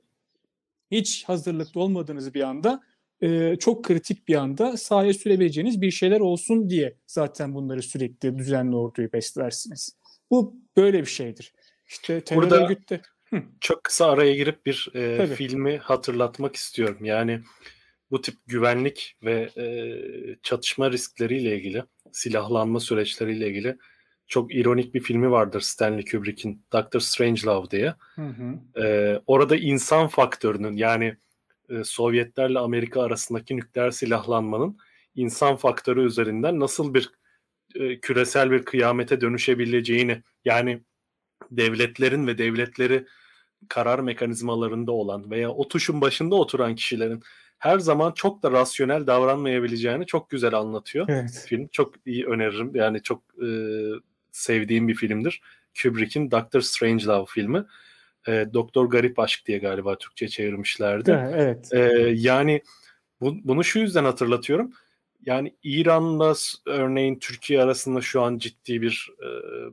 Speaker 2: hiç hazırlıklı olmadığınız bir anda, e, çok kritik bir anda sahaya sürebileceğiniz bir şeyler olsun diye zaten bunları sürekli düzenli orduyu beslersiniz. Bu böyle bir şeydir. İşte terör
Speaker 1: Burada
Speaker 2: örgütte. Hı,
Speaker 1: çok kısa araya girip bir e,
Speaker 2: tabii.
Speaker 1: filmi hatırlatmak istiyorum. Yani bu tip güvenlik ve e, çatışma riskleriyle ilgili, silahlanma süreçleriyle ilgili çok ironik bir filmi vardır Stanley Kubrick'in, Doctor Strangelove diye.
Speaker 2: Hı hı.
Speaker 1: E, orada insan faktörünün, yani e, Sovyetlerle Amerika arasındaki nükleer silahlanmanın insan faktörü üzerinden nasıl bir e, küresel bir kıyamete dönüşebileceğini, yani devletlerin ve devletleri karar mekanizmalarında olan veya o tuşun başında oturan kişilerin her zaman çok da rasyonel davranmayabileceğini çok güzel anlatıyor
Speaker 2: Evet.
Speaker 1: film. Çok iyi öneririm. Yani çok e, sevdiğim bir filmdir. Kubrick'in Doctor Strangelove filmi. E, Doktor Garip Aşk diye galiba Türkçe çevirmişlerdi.
Speaker 2: Evet.
Speaker 1: E, yani bu, bunu şu yüzden hatırlatıyorum. Yani İran'la örneğin Türkiye arasında şu an ciddi bir e,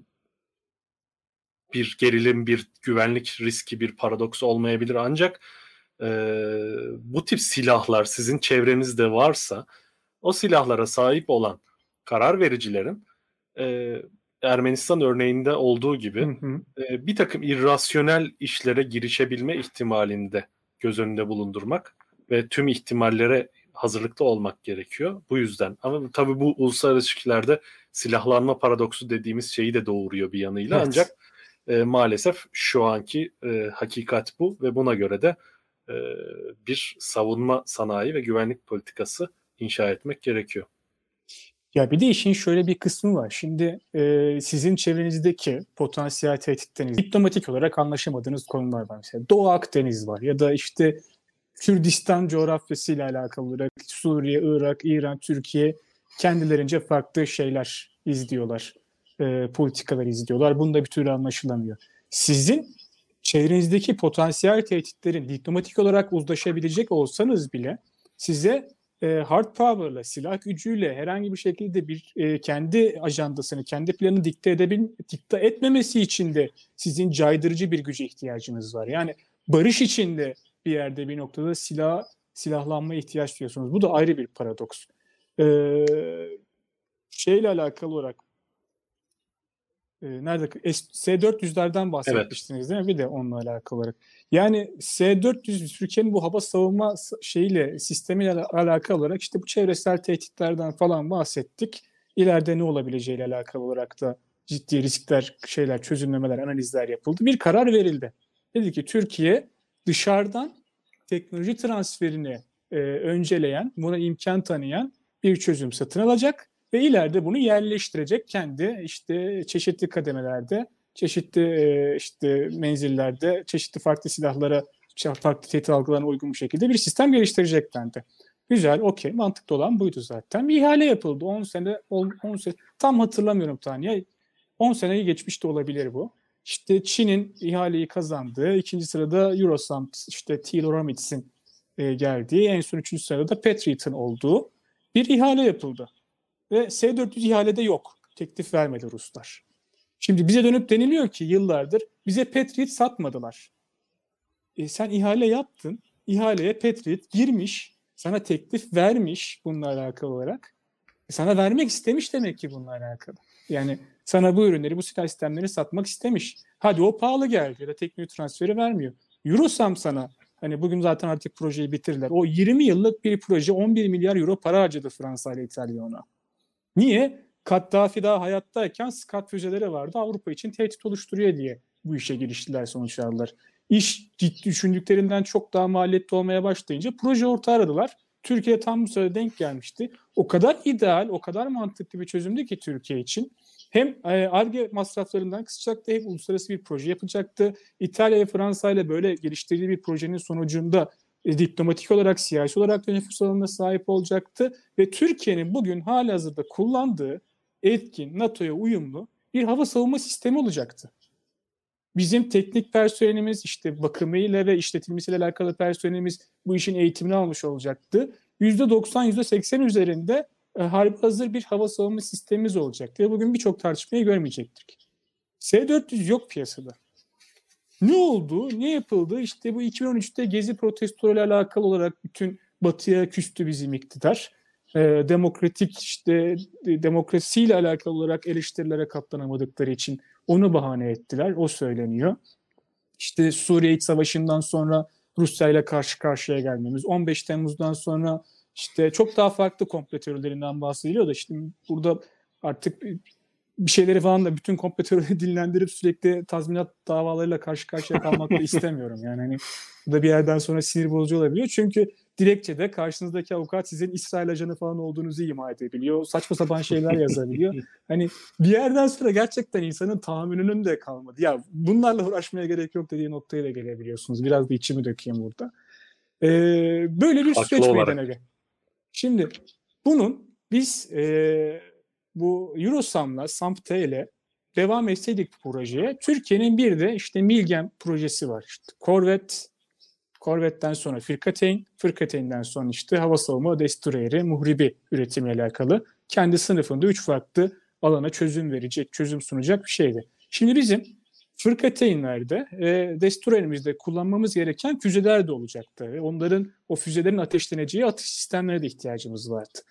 Speaker 1: bir gerilim, bir güvenlik riski, bir paradoks olmayabilir. Ancak e, bu tip silahlar sizin çevrenizde varsa o silahlara sahip olan karar vericilerin e, Ermenistan örneğinde olduğu gibi
Speaker 2: Hı hı.
Speaker 1: e, bir takım irrasyonel işlere girişebilme ihtimalini de göz önünde bulundurmak ve tüm ihtimallere hazırlıklı olmak gerekiyor. Bu yüzden. Ama tabii bu uluslararası ilişkilerde silahlanma paradoksu dediğimiz şeyi de doğuruyor bir yanıyla.
Speaker 2: Evet.
Speaker 1: Ancak e, maalesef şu anki e, hakikat bu ve buna göre de e, bir savunma sanayi ve güvenlik politikası inşa etmek gerekiyor.
Speaker 2: Ya bir de işin şöyle bir kısmı var. Şimdi e, sizin çevrenizdeki potansiyel tehditleriniz, diplomatik olarak anlaşamadığınız konular var. Mesela Doğu Akdeniz var ya da işte Kürdistan coğrafyasıyla alakalı olarak Suriye, Irak, İran, Türkiye kendilerince farklı şeyler izliyorlar. E, politikalar izliyorlar. Bunda bir türlü anlaşılamıyor. Sizin çevrenizdeki potansiyel tehditlerin diplomatik olarak uzlaşabilecek olsanız bile size e, hard power'la, silah gücüyle herhangi bir şekilde bir e, kendi ajandasını, kendi planını dikte edebil, dikte etmemesi için de sizin caydırıcı bir güce ihtiyacınız var. Yani barış içinde bir yerde bir noktada silah silahlanma ihtiyaç duyuyorsunuz. Bu da ayrı bir paradoks. Ee, şeyle alakalı olarak e, nerede S dört yüzlerden bahsetmiştiniz, evet, değil mi? Bir de onunla alakalı olarak. Yani S dört yüz Türkiye'nin bu hava savunma şeyiyle sistemiyle alakalı olarak işte bu çevresel tehditlerden falan bahsettik. İleride ne olabileceğiyle alakalı olarak da ciddi riskler, şeyler, çözümlemeler, analizler yapıldı. Bir karar verildi. Dedi ki Türkiye dışarıdan teknoloji transferini e, önceleyen, buna imkan tanıyan bir çözüm satın alacak ve ileride bunu yerleştirecek kendi işte çeşitli kademelerde, çeşitli e, işte menzillerde, çeşitli farklı silahlara, farklı tehdit algılarına uygun bir şekilde bir sistem geliştirecek dendi. Güzel, okey, mantıklı olan buydu zaten. Bir ihale yapıldı. on sene, on sene, tam hatırlamıyorum Tanya. on seneyi geçmiş de olabilir bu. İşte Çin'in ihaleyi kazandığı, ikinci sırada Eurosam, işte T-Loramitz'in e, geldiği, en son üçüncü sırada Patriot'ın olduğu bir ihale yapıldı. Ve S dört yüz ihalede yok. Teklif vermedi Ruslar. Şimdi bize dönüp deniliyor ki yıllardır bize Patriot satmadılar. E sen ihale yaptın. İhaleye Patriot girmiş. Sana teklif vermiş bununla alakalı olarak. E sana vermek istemiş demek ki bununla alakalı. Yani sana bu ürünleri, bu silah sistemlerini satmak istemiş. Hadi o pahalı geldi ya da teknoloji transferi vermiyor. Eurosam sana, hani bugün zaten artık projeyi bitirdiler. O yirmi yıllık bir proje, on bir milyar euro para harcadı Fransa ile İtalya ona. Niye? Kaddafi daha hayattayken Scud füzeleri vardı. Avrupa için tehdit oluşturuyor diye bu işe giriştiler, sonuç aldılar. İş ciddi düşündüklerinden çok daha maliyetli olmaya başlayınca proje ortağı aradılar. Türkiye tam bu sırada denk gelmişti. O kadar ideal, o kadar mantıklı bir çözümdü ki Türkiye için. Hem Ar-Ge masraflarından kısacaktı, hem uluslararası bir proje yapacaktı. İtalya ve Fransa ile böyle geliştirdiği bir projenin sonucunda e, diplomatik olarak, siyasi olarak da nüfus alanına sahip olacaktı. Ve Türkiye'nin bugün halihazırda kullandığı etkin, NATO'ya uyumlu bir hava savunma sistemi olacaktı. Bizim teknik personelimiz, işte bakımıyla ve işletilmesiyle alakalı personelimiz bu işin eğitimini almış olacaktı. yüzde doksan yüzde seksen üzerinde e, harbi hazır bir hava savunma sistemimiz olacaktı. Ve bugün birçok tartışmayı görmeyecektik. S dört yüz yok piyasada. Ne oldu? Ne yapıldı? İşte bu iki bin on üçte Gezi protestolarıyla alakalı olarak bütün Batı'ya küstü bizim iktidar. Ee, demokratik işte demokrasiyle alakalı olarak eleştirilere katlanamadıkları için onu bahane ettiler. O söyleniyor. İşte Suriye İç Savaşı'ndan sonra Rusya ile karşı karşıya gelmemiz, on beş Temmuz'dan sonra işte çok daha farklı komplo teorilerinden bahsediliyor da işte burada artık bir şeyleri falan da bütün komplo teorileri dinlendirip sürekli tazminat davalarıyla karşı karşıya kalmak da istemiyorum. Yani hani bu da bir yerden sonra sinir bozucu olabiliyor. Çünkü dilekçede karşınızdaki avukat sizin İsrail ajanı falan olduğunuzu ima edebiliyor. Saçma sapan şeyler yazabiliyor. Hani bir yerden sonra gerçekten insanın tahammülünün de kalmadı. Ya bunlarla uğraşmaya gerek yok dediği noktaya da gelebiliyorsunuz. Biraz da içimi dökeyim burada. Ee, böyle bir
Speaker 1: Haklı
Speaker 2: süreç
Speaker 1: olarak
Speaker 2: meydana geldi. Şimdi bunun biz e, bu Eurosam'la, SAMP-T ile devam etseydik bu projeye, Türkiye'nin bir de işte Milgem projesi var. İşte Korvet, Korvet'ten sonra Fırkateyn, Fırkateyn'den sonra işte hava savunma destroyeri, muhribi üretimiyle alakalı kendi sınıfında üç farklı alana çözüm verecek, çözüm sunacak bir şeydi. Şimdi bizim Fırkateyn'lerde, e, destroyerimizde kullanmamız gereken füzeler de olacaktı. Ve onların, o füzelerin ateşleneceği atış sistemlerine de ihtiyacımız vardı.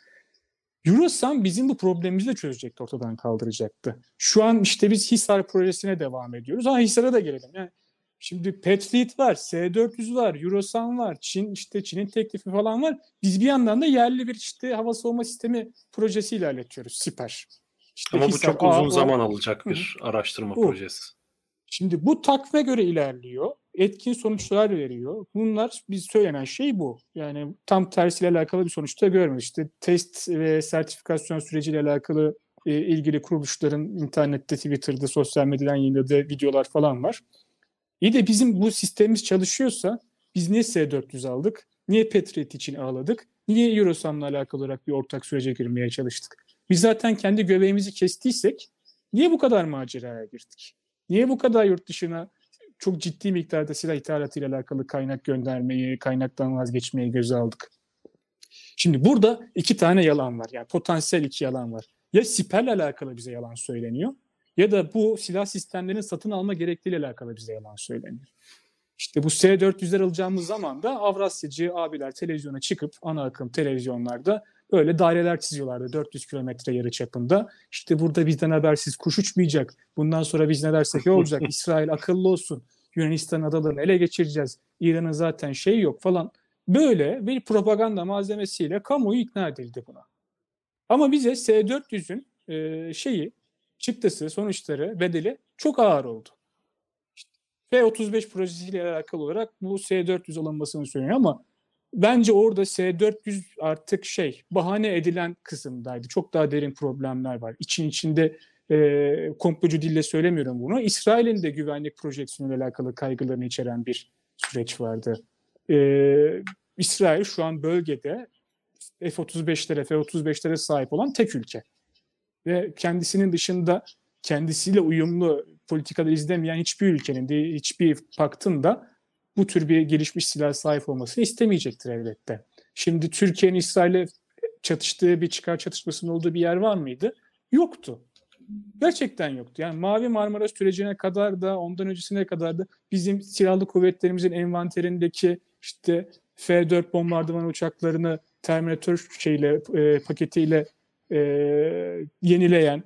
Speaker 2: Eurosam bizim bu problemimizi de çözecekti, ortadan kaldıracaktı. Şu an işte biz Hisar projesine devam ediyoruz. Ha, Hisar'a da gelelim. Yani şimdi Patriot var, S dört yüz var, Eurosam var, Çin, işte Çin'in teklifi falan var. Biz bir yandan da yerli bir işte hava savunma sistemi projesi ilerletiyoruz, Siper. İşte
Speaker 1: Ama bu
Speaker 2: Hisar
Speaker 1: çok
Speaker 2: A,
Speaker 1: uzun
Speaker 2: O.
Speaker 1: zaman alacak
Speaker 2: Hı hı.
Speaker 1: bir araştırma
Speaker 2: Bu.
Speaker 1: projesi.
Speaker 2: Şimdi bu takvime göre ilerliyor. Etkin sonuçlar veriyor. Bunlar, biz söylenen şey bu. Yani tam tersiyle alakalı bir sonuçta görmüyoruz. İşte test ve sertifikasyon süreciyle alakalı e, ilgili kuruluşların internette, Twitter'da, sosyal medyadan yayınladığı videolar falan var. İyi de bizim bu sistemimiz çalışıyorsa biz niye S dört yüz aldık? Niye Patriot için ağladık? Niye Eurosam'la alakalı olarak bir ortak sürece girmeye çalıştık? Biz zaten kendi göbeğimizi kestiysek niye bu kadar maceraya girdik? Niye bu kadar yurt dışına çok ciddi miktarda silah ithalatıyla alakalı kaynak göndermeyi, kaynaktan vazgeçmeyi göze aldık? Şimdi burada iki tane yalan var. Yani potansiyel iki yalan var. Ya siperle alakalı bize yalan söyleniyor, ya da bu silah sistemlerinin satın alma gerekliliğiyle alakalı bize yalan söyleniyor. İşte bu S dört yüzler alacağımız zaman da Avrasyacı abiler televizyona çıkıp ana akım televizyonlarda böyle daireler çiziyorlardı dört yüz kilometre yarı çapında. İşte burada bizden habersiz kuş uçmayacak. Bundan sonra biz ne dersek ne olacak? İsrail akıllı olsun. Yunanistan adalarını ele geçireceğiz. İran'ın zaten şeyi yok falan. Böyle bir propaganda malzemesiyle kamuoyu ikna edildi buna. Ama bize S dört yüzün e, şeyi, çıktısı, sonuçları, bedeli çok ağır oldu. F otuz beş projesiyle alakalı olarak bu S dört yüz alınmasını söylüyor ama bence orada S dört yüz artık şey, bahane edilen kısımdaydı. Çok daha derin problemler var. İçin içinde e, komplocu dille söylemiyorum bunu. İsrail'in de güvenlik projeksiyonuyla alakalı kaygılarını içeren bir süreç vardı. E, İsrail şu an bölgede F otuz beşlere, F otuz beşlere sahip olan tek ülke. Ve kendisinin dışında kendisiyle uyumlu politikalar izlemeyen hiçbir ülkenin de, hiçbir paktın da bu tür bir gelişmiş silah sahip olmasını istemeyecektir elbette. Şimdi Türkiye'nin İsrail'e çatıştığı, bir çıkar çatışmasının olduğu bir yer var mıydı? Yoktu. Gerçekten yoktu. Yani Mavi Marmara sürecine kadar da, ondan öncesine kadar da bizim silahlı kuvvetlerimizin envanterindeki işte F dört bombardıman uçaklarını Terminator şeyle, e, paketiyle e, yenileyen,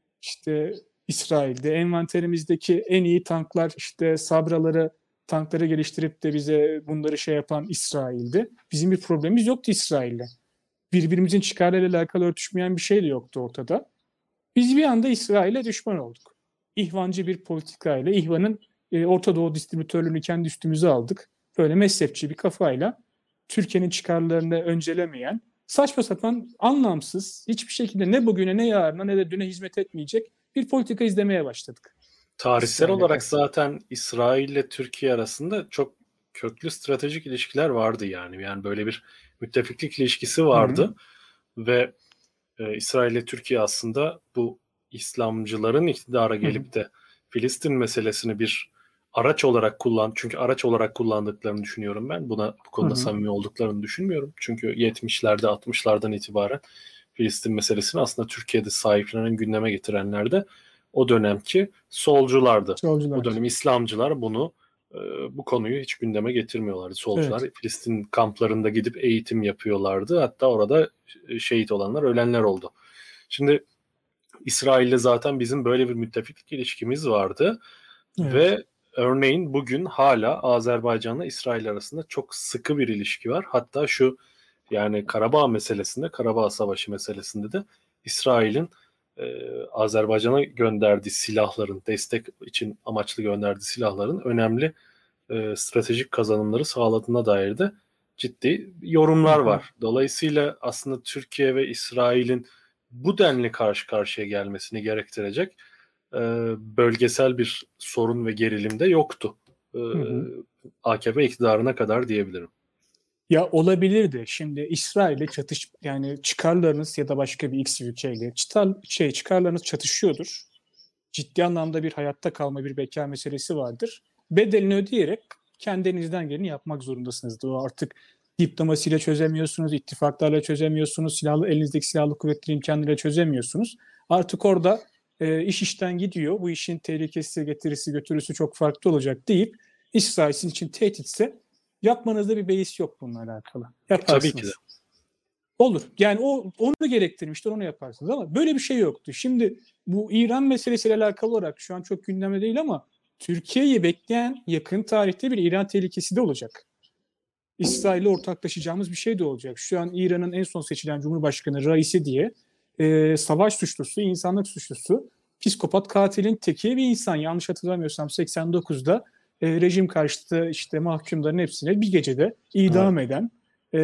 Speaker 2: işte İsrail'de envanterimizdeki en iyi tanklar, işte Sabraları, tankları geliştirip de bize bunları şey yapan İsrail'de. Bizim bir problemimiz yoktu İsrail'le. Birbirimizin çıkarlarıyla alakalı örtüşmeyen bir şey de yoktu ortada. Biz bir anda İsrail'e düşman olduk. İhvancı bir politikayla, İhvan'ın e, Orta Doğu distribütörlüğünü kendi üstümüze aldık. Böyle mezhepçi bir kafayla Türkiye'nin çıkarlarını öncelemeyen, saçma sapan, anlamsız, hiçbir şekilde ne bugüne ne yarına ne de düne hizmet etmeyecek bir politika izlemeye başladık.
Speaker 1: Tarihsel
Speaker 2: İsrail'e
Speaker 1: olarak
Speaker 2: karşı.
Speaker 1: zaten İsrail ile Türkiye arasında çok köklü stratejik ilişkiler vardı yani. Yani böyle bir müttefiklik ilişkisi vardı. Hı hı. Ve e, İsrail ile Türkiye aslında bu İslamcıların iktidara gelip de Filistin meselesini bir araç olarak kullan, çünkü araç olarak kullandıklarını düşünüyorum ben. Buna bu konuda hı hı. samimi olduklarını düşünmüyorum. Çünkü yetmişlerde altmışlardan itibaren Filistin meselesini aslında Türkiye'de sahiplenen, gündeme getirenler de o dönemki solculardı.
Speaker 2: Solcular.
Speaker 1: O dönem İslamcılar bunu e, bu konuyu hiç gündeme getirmiyorlardı. Solcular evet. Filistin kamplarında gidip eğitim yapıyorlardı. Hatta orada şehit olanlar, ölenler oldu. Şimdi İsrail'le zaten bizim böyle bir müttefiklik ilişkimiz vardı. Evet. Ve örneğin bugün hala Azerbaycan'la İsrail arasında çok sıkı bir ilişki var. Hatta şu, yani Karabağ meselesinde, Karabağ Savaşı meselesinde de İsrail'in e, Azerbaycan'a gönderdiği silahların, destek için amaçlı gönderdiği silahların önemli e, stratejik kazanımları sağladığına dair de ciddi yorumlar var. Dolayısıyla aslında Türkiye ve İsrail'in bu denli karşı karşıya gelmesini gerektirecek e, bölgesel bir sorun ve gerilim de yoktu. E, hı hı. A K P iktidarına kadar diyebilirim.
Speaker 2: Ya olabilirdi. Şimdi İsrail'le çatış, yani çıkarlarınız ya da başka bir X ülkeyle çıtar, şey çıkarlarınız çatışıyordur. ciddi anlamda bir hayatta kalma, bir beka meselesi vardır. Bedelini ödeyerek kendi elinizden geleni yapmak zorundasınızdır. O artık diplomasiyle çözemiyorsunuz, ittifaklarla çözemiyorsunuz, silahlı elinizdeki silahlı kuvvetleri imkanlarıyla çözemiyorsunuz. Artık orada e, iş işten gidiyor. Bu işin tehlikesi, getirisi, götürüsü çok farklı olacak deyip İsrail sizin için tehditse yapmanızda bir beis yok bununla alakalı. Yaparsınız.
Speaker 1: Tabii ki de.
Speaker 2: Olur. Yani o onu gerektirmiştir, onu yaparsınız ama böyle bir şey yoktu. Şimdi bu İran meselesiyle alakalı olarak şu an çok gündemde değil ama Türkiye'yi bekleyen yakın tarihte bir İran tehlikesi de olacak. İsrail'le ortaklaşacağımız bir şey de olacak. Şu an İran'ın en son seçilen Cumhurbaşkanı Raisi diye e, savaş suçlusu, insanlık suçlusu, psikopat katilin teki bir insan. Yanlış hatırlamıyorsam seksen dokuzda e, rejim karşıtı işte mahkumların hepsine bir gecede idam evet. eden, e,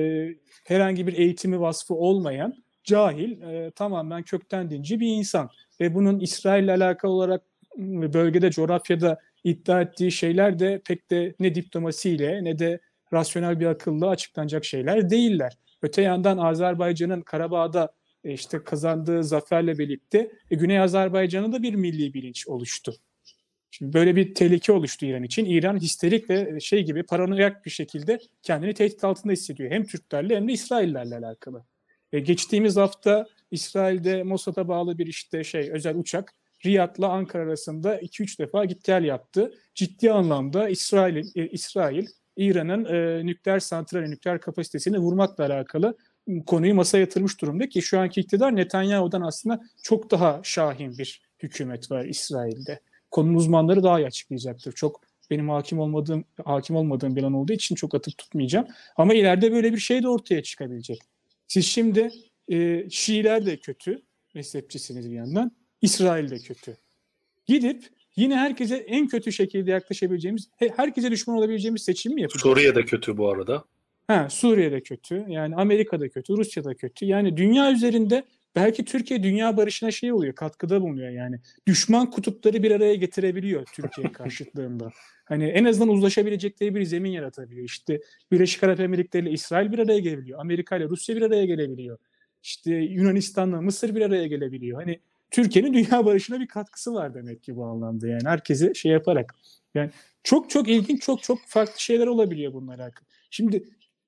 Speaker 2: herhangi bir eğitimi vasfı olmayan, cahil, e, tamamen kökten dinci bir insan. Ve bunun İsrail'le alakalı olarak bölgede, coğrafyada iddia ettiği şeyler de pek de ne diplomasiyle ne de rasyonel bir akılla açıklanacak şeyler değiller. Öte yandan Azerbaycan'ın Karabağ'da e, işte kazandığı zaferle birlikte e, Güney Azerbaycan'da da bir milli bilinç oluştu. Şimdi böyle bir tehlike oluştu İran için. İran histerik ve şey gibi paranoyak bir şekilde kendini tehdit altında hissediyor. Hem Türklerle hem de İsraillerle alakalı. E, geçtiğimiz hafta İsrail'de Mossad'a bağlı bir işte şey özel uçak Riyad'la Ankara arasında iki üç defa git gel yaptı. Ciddi anlamda İsrail, e, İsrail İran'ın e, nükleer santrali, nükleer kapasitesini vurmakla alakalı konuyu masaya yatırmış durumda ki şu anki iktidar Netanyahu'dan aslında çok daha şahin bir hükümet var İsrail'de. Konunun uzmanları daha iyi açıklayacaktır. Çok benim hakim olmadığım hakim olmadığım bir alan olduğu için çok atıp tutmayacağım. Ama ileride böyle bir şey de ortaya çıkabilecek. Siz şimdi e, Şiiler de kötü, mezhepçisiniz bir yandan. İsrail de kötü. Gidip yine herkese en kötü şekilde yaklaşabileceğimiz, herkese düşman olabileceğimiz seçim mi yapacağız?
Speaker 1: Suriye de kötü bu arada.
Speaker 2: Ha, Suriye de kötü. Yani Amerika da kötü, Rusya da kötü. Yani dünya üzerinde belki Türkiye dünya barışına şey oluyor, katkıda bulunuyor yani. Düşman kutupları bir araya getirebiliyor Türkiye karşıtlığında. Hani en azından uzlaşabilecekleri bir zemin yaratabiliyor. İşte Birleşik Arap Emirlikleri ile İsrail bir araya gelebiliyor. Amerika ile Rusya bir araya gelebiliyor. İşte Yunanistan'la Mısır bir araya gelebiliyor. Hani Türkiye'nin dünya barışına bir katkısı var demek ki bu anlamda. Yani herkese şey yaparak. Yani çok çok ilginç, çok çok farklı şeyler olabiliyor bununla alakalı. Şimdi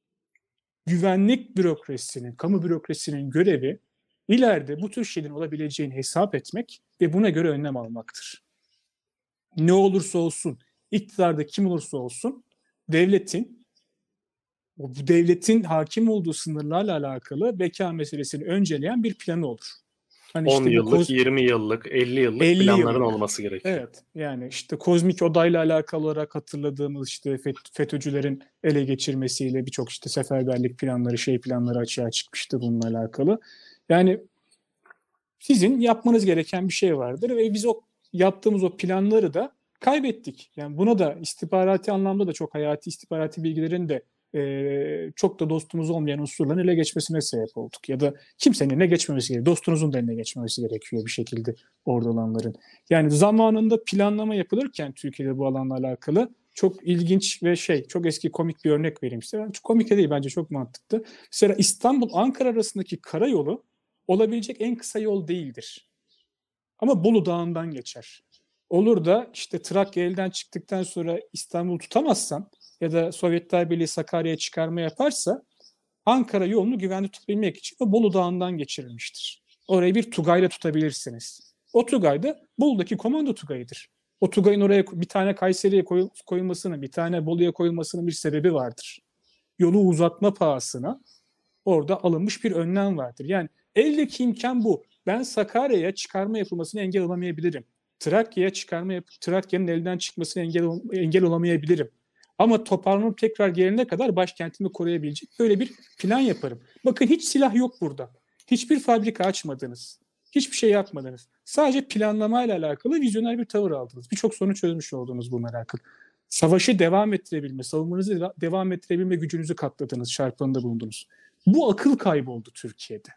Speaker 2: güvenlik bürokrasisinin, kamu bürokrasisinin görevi ileride bu tür şeylerin olabileceğini hesap etmek ve buna göre önlem almaktır. Ne olursa olsun, iktidarda kim olursa olsun, devletin, bu devletin hakim olduğu sınırlarla alakalı beka meselesini önceleyen bir planı olur.
Speaker 1: Hani on işte yıllık, koz... yirmi yıllık, elli yıllık elli planların yıllık. olması gerekiyor.
Speaker 2: Evet, yani işte kozmik odayla alakalı olarak hatırladığımız işte FETÖ'cülerin ele geçirmesiyle birçok işte seferberlik planları, şey planları açığa çıkmıştı bununla alakalı. Yani sizin yapmanız gereken bir şey vardır ve biz o yaptığımız o planları da kaybettik. Yani buna da istihbarati anlamda da çok hayati istihbarati bilgilerin de e, çok da dostumuz olmayan unsurların ele geçmesine sebep olduk. Ya da kimsenin eline geçmemesi gerekiyor. Dostunuzun da eline geçmemesi gerekiyor bir şekilde orada olanların. Yani zamanında planlama yapılırken Türkiye'de bu alanla alakalı çok ilginç ve şey, çok eski komik bir örnek vereyim size. Çok komik de değil, bence çok mantıklı. Mesela İstanbul-Ankara arasındaki karayolu olabilecek en kısa yol değildir. Ama Bolu Dağı'ndan geçer. Olur da işte Trakya elden çıktıktan sonra İstanbul'u tutamazsan ya da Sovyetler Birliği Sakarya'ya çıkarma yaparsa Ankara yolunu güvenli tutabilmek için o Bolu Dağı'ndan geçirilmiştir. Orayı bir Tugay'la tutabilirsiniz. O Tugay da Bolu'daki komando Tugay'ıdır. O Tugay'ın oraya bir tane Kayseri'ye koyulmasının, bir tane Bolu'ya koyulmasının bir sebebi vardır. Yolu uzatma pahasına orada alınmış bir önlem vardır. Yani eldeki imkan bu. Ben Sakarya'ya çıkarma yapılmasını engel olamayabilirim. Trakya'ya çıkarma yap Trakya'nın elden çıkmasını engel, engel olamayabilirim. Ama toparlanıp tekrar gelene kadar başkentimi koruyabilecek böyle bir plan yaparım. Bakın hiç silah yok burada. Hiçbir fabrika açmadınız. Hiçbir şey yapmadınız. Sadece planlamayla alakalı vizyoner bir tavır aldınız. Birçok sorunu çözmüş oldunuz bununla alakalı. Savaşı devam ettirebilme, savunmanızı devam ettirebilme gücünüzü katladınız, çarpanında bulundunuz. Bu akıl kayboldu Türkiye'de.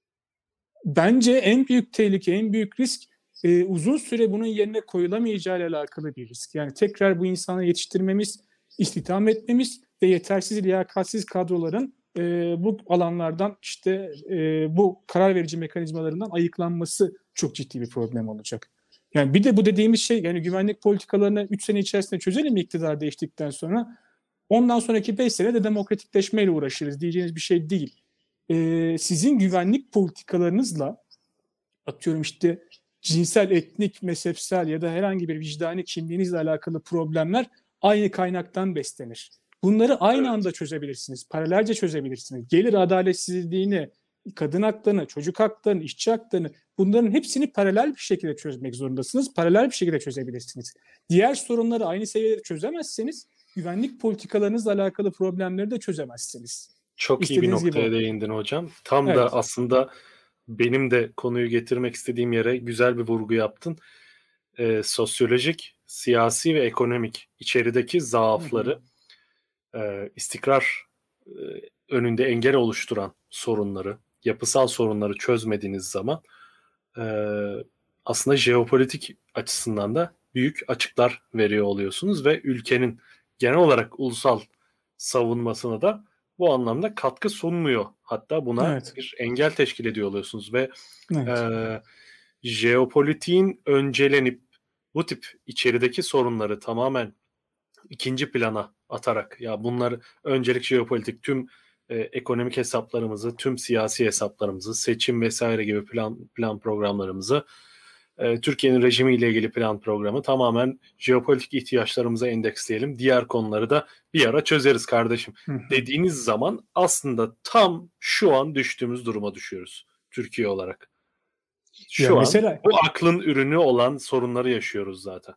Speaker 2: Bence en büyük tehlike, en büyük risk e, uzun süre bunun yerine koyulamayacağı ile alakalı bir risk. Yani tekrar bu insanı yetiştirmemiz, istihdam etmemiz ve yetersiz, liyakatsiz kadroların e, bu alanlardan işte e, bu karar verici mekanizmalarından ayıklanması çok ciddi bir problem olacak. Yani bir de bu dediğimiz şey, yani güvenlik politikalarını üç sene içerisinde çözelim mi iktidar değiştikten sonra? Ondan sonraki beş sene de demokratikleşmeyle uğraşırız diyeceğiniz bir şey değil. Ee, sizin güvenlik politikalarınızla, atıyorum işte cinsel, etnik, mezhepsel ya da herhangi bir vicdani kimliğinizle alakalı problemler aynı kaynaktan beslenir. Bunları aynı
Speaker 1: Evet.
Speaker 2: anda çözebilirsiniz, paralelce çözebilirsiniz. Gelir adaletsizliğini, kadın haklarını, çocuk haklarını, işçi haklarını, bunların hepsini paralel bir şekilde çözmek zorundasınız. Paralel bir şekilde çözebilirsiniz. Diğer sorunları aynı seviyede çözemezseniz güvenlik politikalarınızla alakalı problemleri de çözemezsiniz.
Speaker 1: Çok iyi bir
Speaker 2: İstediğiniz gibi
Speaker 1: noktaya
Speaker 2: o.
Speaker 1: değindin hocam. Tam da
Speaker 2: Evet.
Speaker 1: aslında benim de konuyu getirmek istediğim yere güzel bir vurgu yaptın. Ee, sosyolojik, siyasi ve ekonomik içerideki
Speaker 2: Hı hı.
Speaker 1: zaafları, e, istikrar e, önünde engel oluşturan sorunları, yapısal sorunları çözmediğiniz zaman e, aslında jeopolitik açısından da büyük açıklar veriyor oluyorsunuz ve ülkenin genel olarak ulusal savunmasına da bu anlamda katkı sunmuyor. Hatta buna
Speaker 2: Evet.
Speaker 1: bir engel teşkil ediyor oluyorsunuz ve e,
Speaker 2: Evet.
Speaker 1: jeopolitiğin öncelenip bu tip içerideki sorunları tamamen ikinci plana atarak, ya bunlar öncelik jeopolitik, tüm e, ekonomik hesaplarımızı, tüm siyasi hesaplarımızı, seçim vesaire gibi plan plan programlarımızı, e, Türkiye'nin rejimiyle ilgili plan programı tamamen jeopolitik ihtiyaçlarımıza endeksleyelim. Diğer konuları da bir ara çözeriz kardeşim
Speaker 2: Hı hı.
Speaker 1: dediğiniz zaman aslında tam şu an düştüğümüz duruma düşüyoruz Türkiye olarak.
Speaker 2: Ya
Speaker 1: Şu an
Speaker 2: mesela
Speaker 1: bu aklın ürünü olan sorunları yaşıyoruz zaten.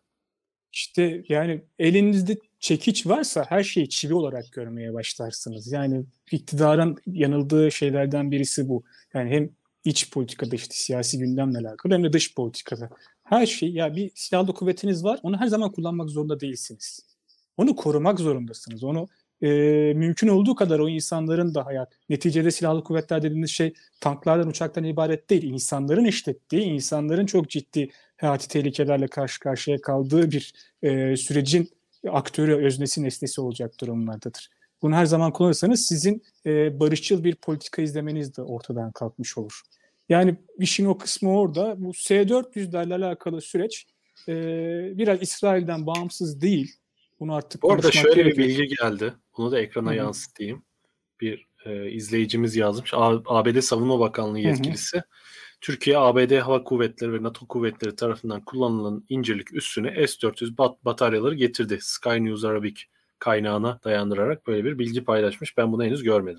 Speaker 2: İşte yani elinizde çekiç varsa her şeyi çivi olarak görmeye başlarsınız. Yani iktidarın yanıldığı şeylerden birisi bu. Yani hem iç politikada, işte siyasi gündemle alakalı, hem de dış politikada. Her şey, ya bir silahlı kuvvetiniz var, onu her zaman kullanmak zorunda değilsiniz. Onu korumak zorundasınız. Onu e, mümkün olduğu kadar o insanların da hayat. Neticede silahlı kuvvetler dediğimiz şey tanklardan, uçaktan ibaret değil. İnsanların işlettiği, insanların çok ciddi hayati tehlikelerle karşı karşıya kaldığı bir e, sürecin aktörü, öznesi, nesnesi olacak durumlardadır. Bunu her zaman kullanırsanız sizin e, barışçıl bir politika izlemeniz de ortadan kalkmış olur. Yani işin o kısmı orada. Bu S dört yüzlerle alakalı süreç e, biraz İsrail'den bağımsız değil. Bunu artık
Speaker 1: Bu arada
Speaker 2: konuşmak
Speaker 1: şöyle bir
Speaker 2: gerekiyor.
Speaker 1: bilgi geldi. Bunu da
Speaker 2: Hı
Speaker 1: ekrana
Speaker 2: hı.
Speaker 1: yansıtayım. Bir e, izleyicimiz yazmış. A- ABD Savunma Bakanlığı
Speaker 2: Hı hı.
Speaker 1: yetkilisi, Türkiye, A B D Hava Kuvvetleri ve NATO kuvvetleri tarafından kullanılan incelik üssüne S dört yüz bat bataryaları getirdi. Sky News Arabic kaynağına dayandırarak böyle bir bilgi paylaşmış. Ben bunu henüz görmedim.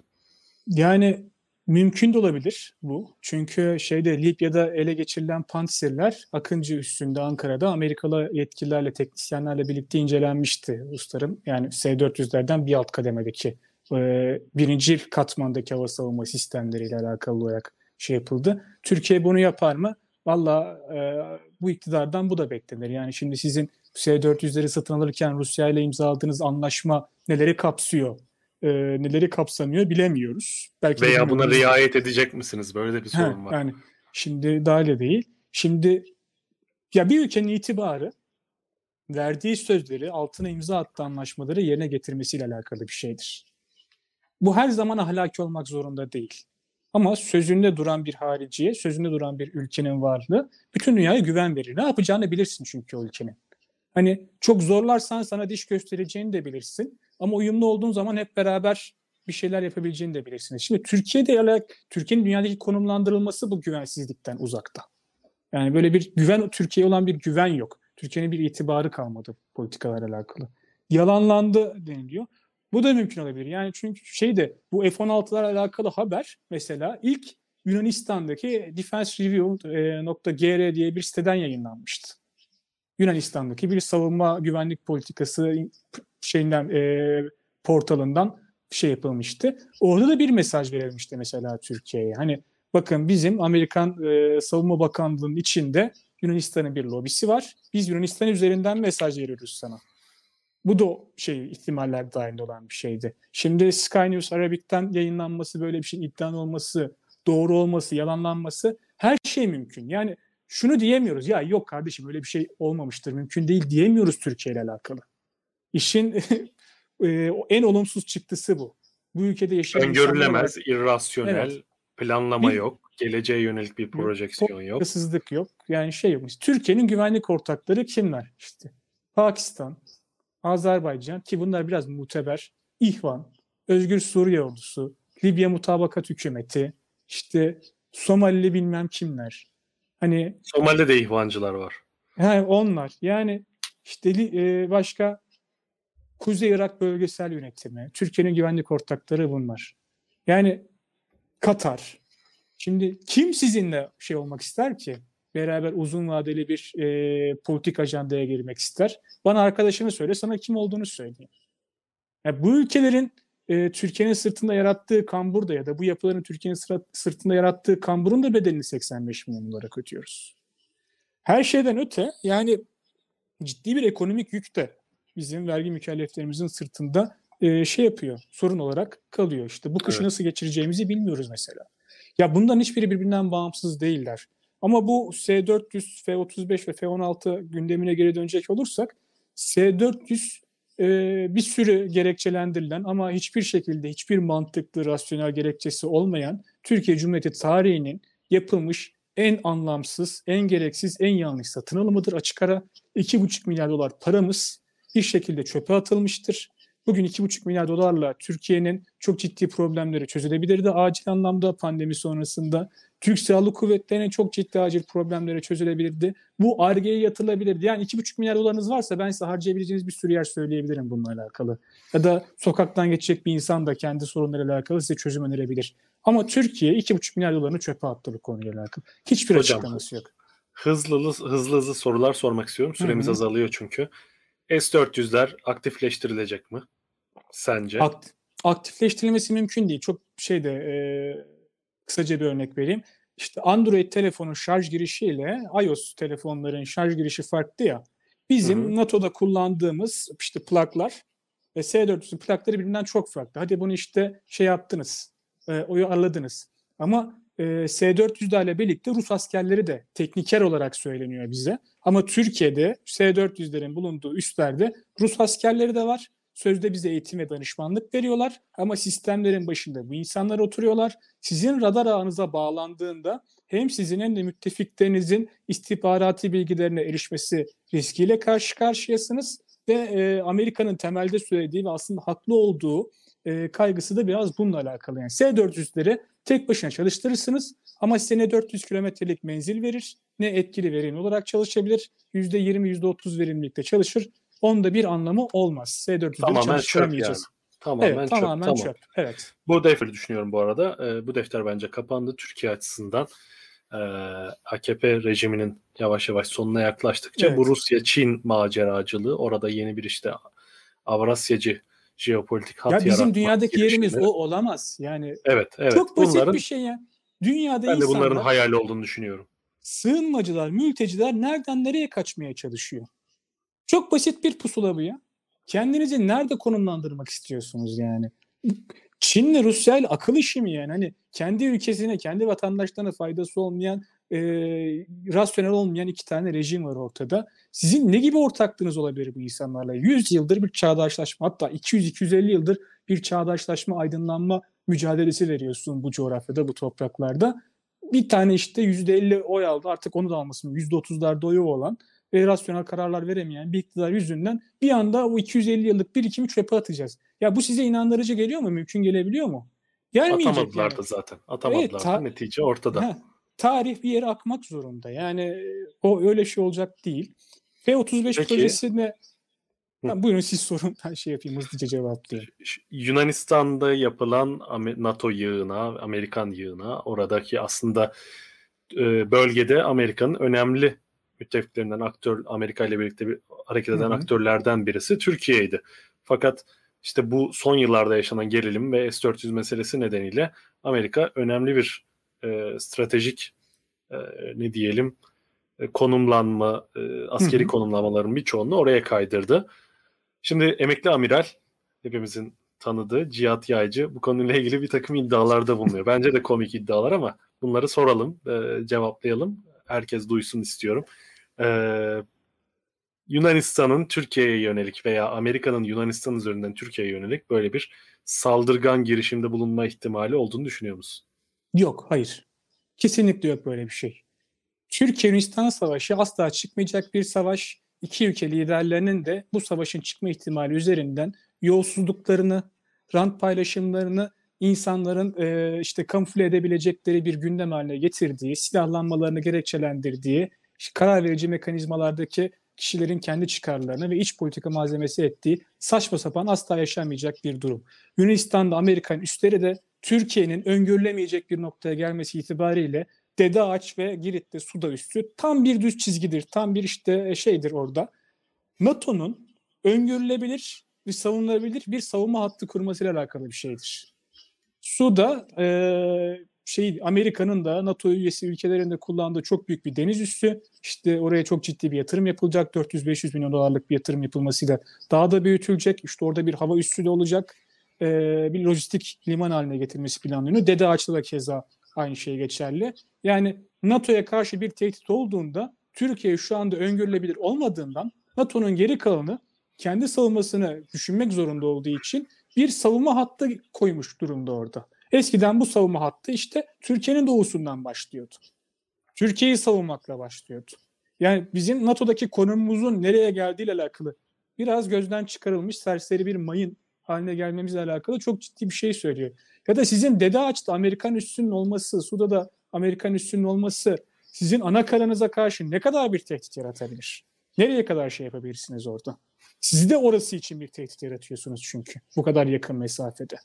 Speaker 2: Yani mümkün de olabilir bu. Çünkü şeyde, Libya'da ele geçirilen Pantsirler Akıncı üssünde Ankara'da Amerikalı yetkililerle, teknisyenlerle birlikte incelenmişti Rusların. Yani S dört yüzlerden bir alt kademedeki e, birinci katmandaki hava savunma sistemleriyle alakalı olarak şey yapıldı. Türkiye bunu yapar mı? Valla e, bu iktidardan bu da beklenir. Yani şimdi sizin S dört yüzleri satın alırken Rusya ile imzaladığınız anlaşma neleri kapsıyor? e, neleri kapsamıyor bilemiyoruz. Belki de
Speaker 1: Veya buna
Speaker 2: bilmiyoruzdur.
Speaker 1: riayet edecek misiniz? Böyle de bir
Speaker 2: Ha,
Speaker 1: sorun var.
Speaker 2: yani şimdi daha öyle değil. Şimdi ya bir ülkenin itibarı verdiği sözleri, altına imza attığı anlaşmaları yerine getirmesiyle alakalı bir şeydir. Bu her zaman ahlaki olmak zorunda değil. Ama sözünde duran bir hariciye, sözünde duran bir ülkenin varlığı bütün dünyaya güven verir. Ne yapacağını bilirsin çünkü o ülkenin. Hani çok zorlarsan sana diş göstereceğini de bilirsin. Ama uyumlu olduğun zaman hep beraber bir şeyler yapabileceğini de bilirsiniz. Şimdi Türkiye'de, Türkiye'nin dünyadaki konumlandırılması bu güvensizlikten uzakta. Yani böyle bir güven, Türkiye'ye olan bir güven yok. Türkiye'nin bir itibarı kalmadı politikalarla alakalı. Yalanlandı deniliyor. Bu da mümkün olabilir. Yani çünkü şeyde, bu F on altılarla alakalı haber mesela ilk Yunanistan'daki defense review nokta g r diye bir siteden yayınlanmıştı. Yunanistan'daki bir savunma güvenlik politikası şeyinden e, portalından şey yapılmıştı. Orada da bir mesaj verilmişti mesela Türkiye'ye. Hani bakın, bizim Amerikan e, Savunma Bakanlığı'nın içinde Yunanistan'ın bir lobisi var. Biz Yunanistan üzerinden mesaj veriyoruz sana. Bu da şey ihtimaller dahilinde olan bir şeydi. Şimdi Sky News Arabic'ten yayınlanması, böyle bir şeyin iddian olması, doğru olması, yalanlanması, her şey mümkün. Yani şunu diyemiyoruz, ya yok kardeşim öyle bir şey olmamıştır, mümkün değil diyemiyoruz Türkiye ile alakalı. İşin en olumsuz çıktısı bu. Bu ülkede yaşayan insanlar olarak
Speaker 1: Öngörülemez, irrasyonel,
Speaker 2: evet,
Speaker 1: planlama
Speaker 2: bir
Speaker 1: yok. Geleceğe yönelik bir
Speaker 2: Yok.
Speaker 1: projeksiyon yok.
Speaker 2: Politikasızlık yok. Yani şey yok. Türkiye'nin güvenlik ortakları kimler? İşte Pakistan, Azerbaycan ki bunlar biraz muteber. İhvan, Özgür Suriye Ordusu, Libya Mutabakat Hükümeti, işte Somalili bilmem kimler. Hani
Speaker 1: Somali'de de ihvancılar var.
Speaker 2: he, onlar. Yani işte e, başka Kuzey Irak Bölgesel Yönetimi, Türkiye'nin güvenlik ortakları bunlar. Yani Katar. Şimdi kim sizinle şey olmak ister ki? Beraber uzun vadeli bir e, politik ajandaya girmek ister. Bana arkadaşını söyle, sana kim olduğunu söyleyeyim. Yani bu ülkelerin e, Türkiye'nin sırtında yarattığı kamburda ya da bu yapıların Türkiye'nin sırtında yarattığı kamburun da bedelini seksen beş milyon olarak ödüyoruz. Her şeyden öte yani ciddi bir ekonomik yük de bizim vergi mükelleflerimizin sırtında e, şey yapıyor, sorun olarak kalıyor. İşte bu kışı
Speaker 1: Evet.
Speaker 2: nasıl geçireceğimizi bilmiyoruz mesela. Ya bunların hiçbiri birbirinden bağımsız değiller. Ama bu S dört yüz, F otuz beş ve F on altı gündemine geri dönecek olursak S dört yüz e, bir sürü gerekçelendirilen ama hiçbir şekilde hiçbir mantıklı, rasyonel gerekçesi olmayan Türkiye Cumhuriyeti tarihinin yapılmış en anlamsız, en gereksiz, en yanlış satın alımıdır. Açık ara iki buçuk milyar dolar paramız bir şekilde çöpe atılmıştır. Bugün iki buçuk milyar dolarla Türkiye'nin çok ciddi problemleri çözülebilirdi. Acil anlamda pandemi sonrasında Türk Silahlı Kuvvetleri'nin çok ciddi acil problemleri çözülebilirdi. Bu Ar-Ge'ye yatırılabilirdi. Yani iki buçuk milyar dolarınız varsa ben size harcayabileceğiniz bir sürü yer söyleyebilirim bununla alakalı. Ya da sokaktan geçecek bir insan da kendi sorunlarıyla alakalı size çözüm önerebilir. Ama Türkiye iki buçuk milyar dolarını çöpe attı bu konuyla alakalı. Hiçbir
Speaker 1: Hocam,
Speaker 2: açıklaması yok.
Speaker 1: Hızlı hızlı hızlı sorular sormak istiyorum. Süremiz
Speaker 2: Hı hı.
Speaker 1: azalıyor çünkü. S dört yüzler aktifleştirilecek mi sence?
Speaker 2: Akt, aktifleştirilmesi mümkün değil. Çok şeyde e, kısaca bir örnek vereyim. İşte Android telefonun şarj girişiyle iOS telefonların şarj girişi farklı ya. Bizim
Speaker 1: Hı hı.
Speaker 2: NATO'da kullandığımız işte plaklar ve S dört yüzün plakları birbirinden çok farklı. Hadi bunu işte şey yaptınız, e, oyu arladınız. Ama e, S dört yüzlerle birlikte Rus askerleri de tekniker olarak söyleniyor bize. Ama Türkiye'de S dört yüzlerin bulunduğu üslerde Rus askerleri de var. Sözde bize eğitim ve danışmanlık veriyorlar ama sistemlerin başında bu insanlar oturuyorlar. Sizin radar ağınıza bağlandığında hem sizin hem de müttefiklerinizin istihbarati bilgilerine erişmesi riskiyle karşı karşıyasınız ve e, Amerika'nın temelde söylediği ve aslında haklı olduğu e, kaygısı da biraz bununla alakalı. Yani S dört yüzleri tek başına çalıştırırsınız ama size ne dört yüz kilometrelik menzil verir ne etkili verimli olarak çalışabilir. yüzde yirmi yüzde otuz verimlilikte çalışır. Onda bir anlamı olmaz. S dört yüzleri
Speaker 1: Tamamen çöp yani.
Speaker 2: çalıştıramayacağız.
Speaker 1: Tamamen
Speaker 2: Evet,
Speaker 1: çöp.
Speaker 2: tamamen
Speaker 1: Tamam.
Speaker 2: çöp. Evet.
Speaker 1: Bu defteri düşünüyorum bu arada. Ee, bu defter bence kapandı Türkiye açısından. Ee, A K P rejiminin yavaş yavaş sonuna yaklaştıkça
Speaker 2: Evet.
Speaker 1: bu Rusya-Çin maceracılığı, orada yeni bir işte Avrasyacı jeopolitik hat
Speaker 2: Ya bizim
Speaker 1: yaratma
Speaker 2: dünyadaki yerimiz
Speaker 1: girişimleri.
Speaker 2: o olamaz. Yani
Speaker 1: Evet, evet.
Speaker 2: çok basit
Speaker 1: Bunların
Speaker 2: bir şey ya. Dünyada
Speaker 1: ben de bunların
Speaker 2: insanlar,
Speaker 1: hayali olduğunu düşünüyorum.
Speaker 2: sığınmacılar, mülteciler nereden nereye kaçmaya çalışıyor? Çok basit bir pusula bu ya. Kendinizi nerede konumlandırmak istiyorsunuz yani? Çin'le Rusya ile akıl işi mi yani? Hani kendi ülkesine, kendi vatandaşlarına faydası olmayan, e, rasyonel olmayan iki tane rejim var ortada. Sizin ne gibi ortaklığınız olabilir bu insanlarla? yüz yıldır bir çağdaşlaşma, hatta iki yüz iki yüz elli yıldır bir çağdaşlaşma, aydınlanma mücadelesi veriyorsun bu coğrafyada, bu topraklarda. Bir tane işte yüzde elli oy aldı, artık onu da almasın. yüzde otuzlarda oyu olan ve rasyonel kararlar veremeyen bir iktidar yüzünden bir anda o iki yüz elli yıllık birikimi çöpe atacağız. Ya bu size inandırıcı geliyor mu? Mümkün gelebiliyor mu? Gelmeyecek
Speaker 1: Atamadılar
Speaker 2: yani.
Speaker 1: da zaten.
Speaker 2: Evet,
Speaker 1: Atamadılar da
Speaker 2: ta-
Speaker 1: netice ortada.
Speaker 2: heh, tarih bir yere akmak zorunda. Yani o öyle şey olacak değil. F otuz beş
Speaker 1: Peki
Speaker 2: projesinde ha, buyurun siz sorun, ben şey yapayım, hızlıca cevaplayayım.
Speaker 1: Yunanistan'da yapılan NATO yığına, Amerikan yığına, oradaki aslında e, bölgede Amerika'nın önemli müttefiklerinden, aktör, Amerika ile birlikte bir hareket eden
Speaker 2: Hı hı.
Speaker 1: aktörlerden birisi Türkiye'ydi. Fakat işte bu son yıllarda yaşanan gerilim ve S dört yüz meselesi nedeniyle Amerika önemli bir e, stratejik e, ne diyelim e, konumlanma, e,
Speaker 2: Hı
Speaker 1: askeri
Speaker 2: hı.
Speaker 1: konumlamaların birçoğunu oraya kaydırdı. Şimdi emekli amiral, hepimizin tanıdığı Cihat Yaycı bu konuyla ilgili bir takım iddialarda bulunuyor. Bence de komik iddialar ama bunları soralım, e, cevaplayalım. Herkes duysun istiyorum. E, Yunanistan'ın Türkiye'ye yönelik veya Amerika'nın Yunanistan üzerinden Türkiye'ye yönelik böyle bir saldırgan girişimde bulunma ihtimali olduğunu düşünüyor musun?
Speaker 2: Yok, hayır. Kesinlikle yok böyle bir şey. Türkiye-Yunanistan Savaşı asla çıkmayacak bir savaş. İki ülke liderlerinin de bu savaşın çıkma ihtimali üzerinden yolsuzluklarını, rant paylaşımlarını insanların e, işte kamufle edebilecekleri bir gündem haline getirdiği, silahlanmalarını gerekçelendirdiği, işte karar verici mekanizmalardaki kişilerin kendi çıkarlarını ve iç politika malzemesi ettiği saçma sapan asla yaşanmayacak bir durum. Yunanistan'da Amerikan üsleri de Türkiye'nin öngörülemeyecek bir noktaya gelmesi itibariyle Dede Ağaç ve Girit'te Suda üssü tam bir düz çizgidir. Tam bir işte şeydir orada. NATO'nun öngörülebilir ve savunulabilir bir savunma hattı kurmasıyla alakalı bir şeydir. Suda e, şey Amerika'nın da NATO üyesi ülkelerinde kullandığı çok büyük bir deniz üssü. İşte oraya çok ciddi bir yatırım yapılacak. dört yüz beş yüz milyon dolarlık bir yatırım yapılmasıyla daha da büyütülecek. İşte orada bir hava üssü de olacak. E, bir lojistik liman haline getirilmesi planlanıyor. Dede Ağaç'ta da keza aynı şey geçerli. Yani NATO'ya karşı bir tehdit olduğunda Türkiye şu anda öngörülebilir olmadığından NATO'nun geri kalanı kendi savunmasını düşünmek zorunda olduğu için bir savunma hattı koymuş durumda orada. Eskiden bu savunma hattı işte Türkiye'nin doğusundan başlıyordu. Türkiye'yi savunmakla başlıyordu. Yani bizim NATO'daki konumumuzun nereye geldiğiyle alakalı biraz gözden çıkarılmış serseri bir mayın haline gelmemizle alakalı çok ciddi bir şey söylüyor. Ya da sizin Dede Ağaç'ta Amerikan üssünün olması, Suda da Amerikan üssünün olması sizin ana karanıza karşı ne kadar bir tehdit yaratabilir? Nereye kadar şey yapabilirsiniz orada? Siz de orası için bir tehdit yaratıyorsunuz çünkü. Bu kadar yakın mesafede.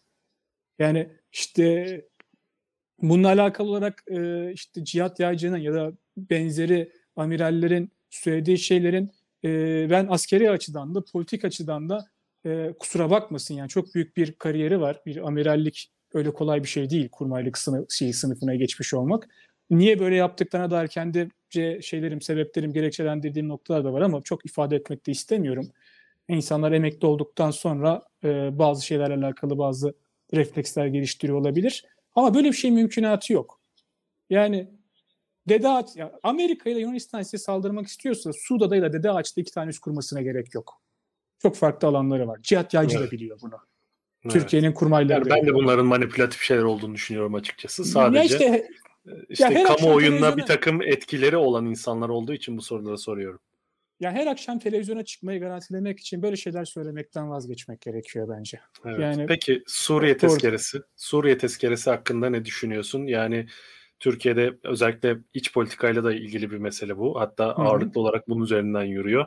Speaker 2: Yani işte bununla alakalı olarak e, işte Cihat Yaycı'nın ya da benzeri amirallerin söylediği şeylerin e, ben askeri açıdan da politik açıdan da e, kusura bakmasın yani çok büyük bir kariyeri var. Bir amirallik öyle kolay bir şey değil. Kurmaylık sınıf, şey, sınıfına geçmiş olmak. Niye böyle yaptıklarına dair kendimce şeylerim, sebeplerim, gerekçelendirdiğim noktalar da var ama çok ifade etmek de istemiyorum. İnsanlar emekli olduktan sonra e, bazı şeylerle alakalı bazı refleksler geliştiriyor olabilir. Ama böyle bir şey mümkünatı yok. Yani Dede Ağaç, ya Amerika ile Yunanistan size saldırmak istiyorsa Suuda'da ile Dede Ağaç'ta iki tane üs kurmasına gerek yok. Çok farklı alanları var. Cihat Yaycı evet. da biliyor bunu. Evet. Türkiye'nin kurmayları
Speaker 1: yani
Speaker 2: da
Speaker 1: ben
Speaker 2: biliyor.
Speaker 1: de bunların manipülatif şeyler olduğunu düşünüyorum açıkçası. Sadece
Speaker 2: ya işte,
Speaker 1: işte
Speaker 2: ya
Speaker 1: kamuoyuna
Speaker 2: televizyona...
Speaker 1: bir takım etkileri olan insanlar olduğu için bu soruları soruyorum.
Speaker 2: Ya her akşam televizyona çıkmayı garantilemek için böyle şeyler söylemekten vazgeçmek gerekiyor bence.
Speaker 1: Evet.
Speaker 2: Yani
Speaker 1: peki Suriye tezkeresi, Suriye tezkeresi hakkında ne düşünüyorsun? Yani Türkiye'de özellikle iç politikayla da ilgili bir mesele bu. Hatta Hı-hı. ağırlıklı olarak bunun üzerinden yürüyor.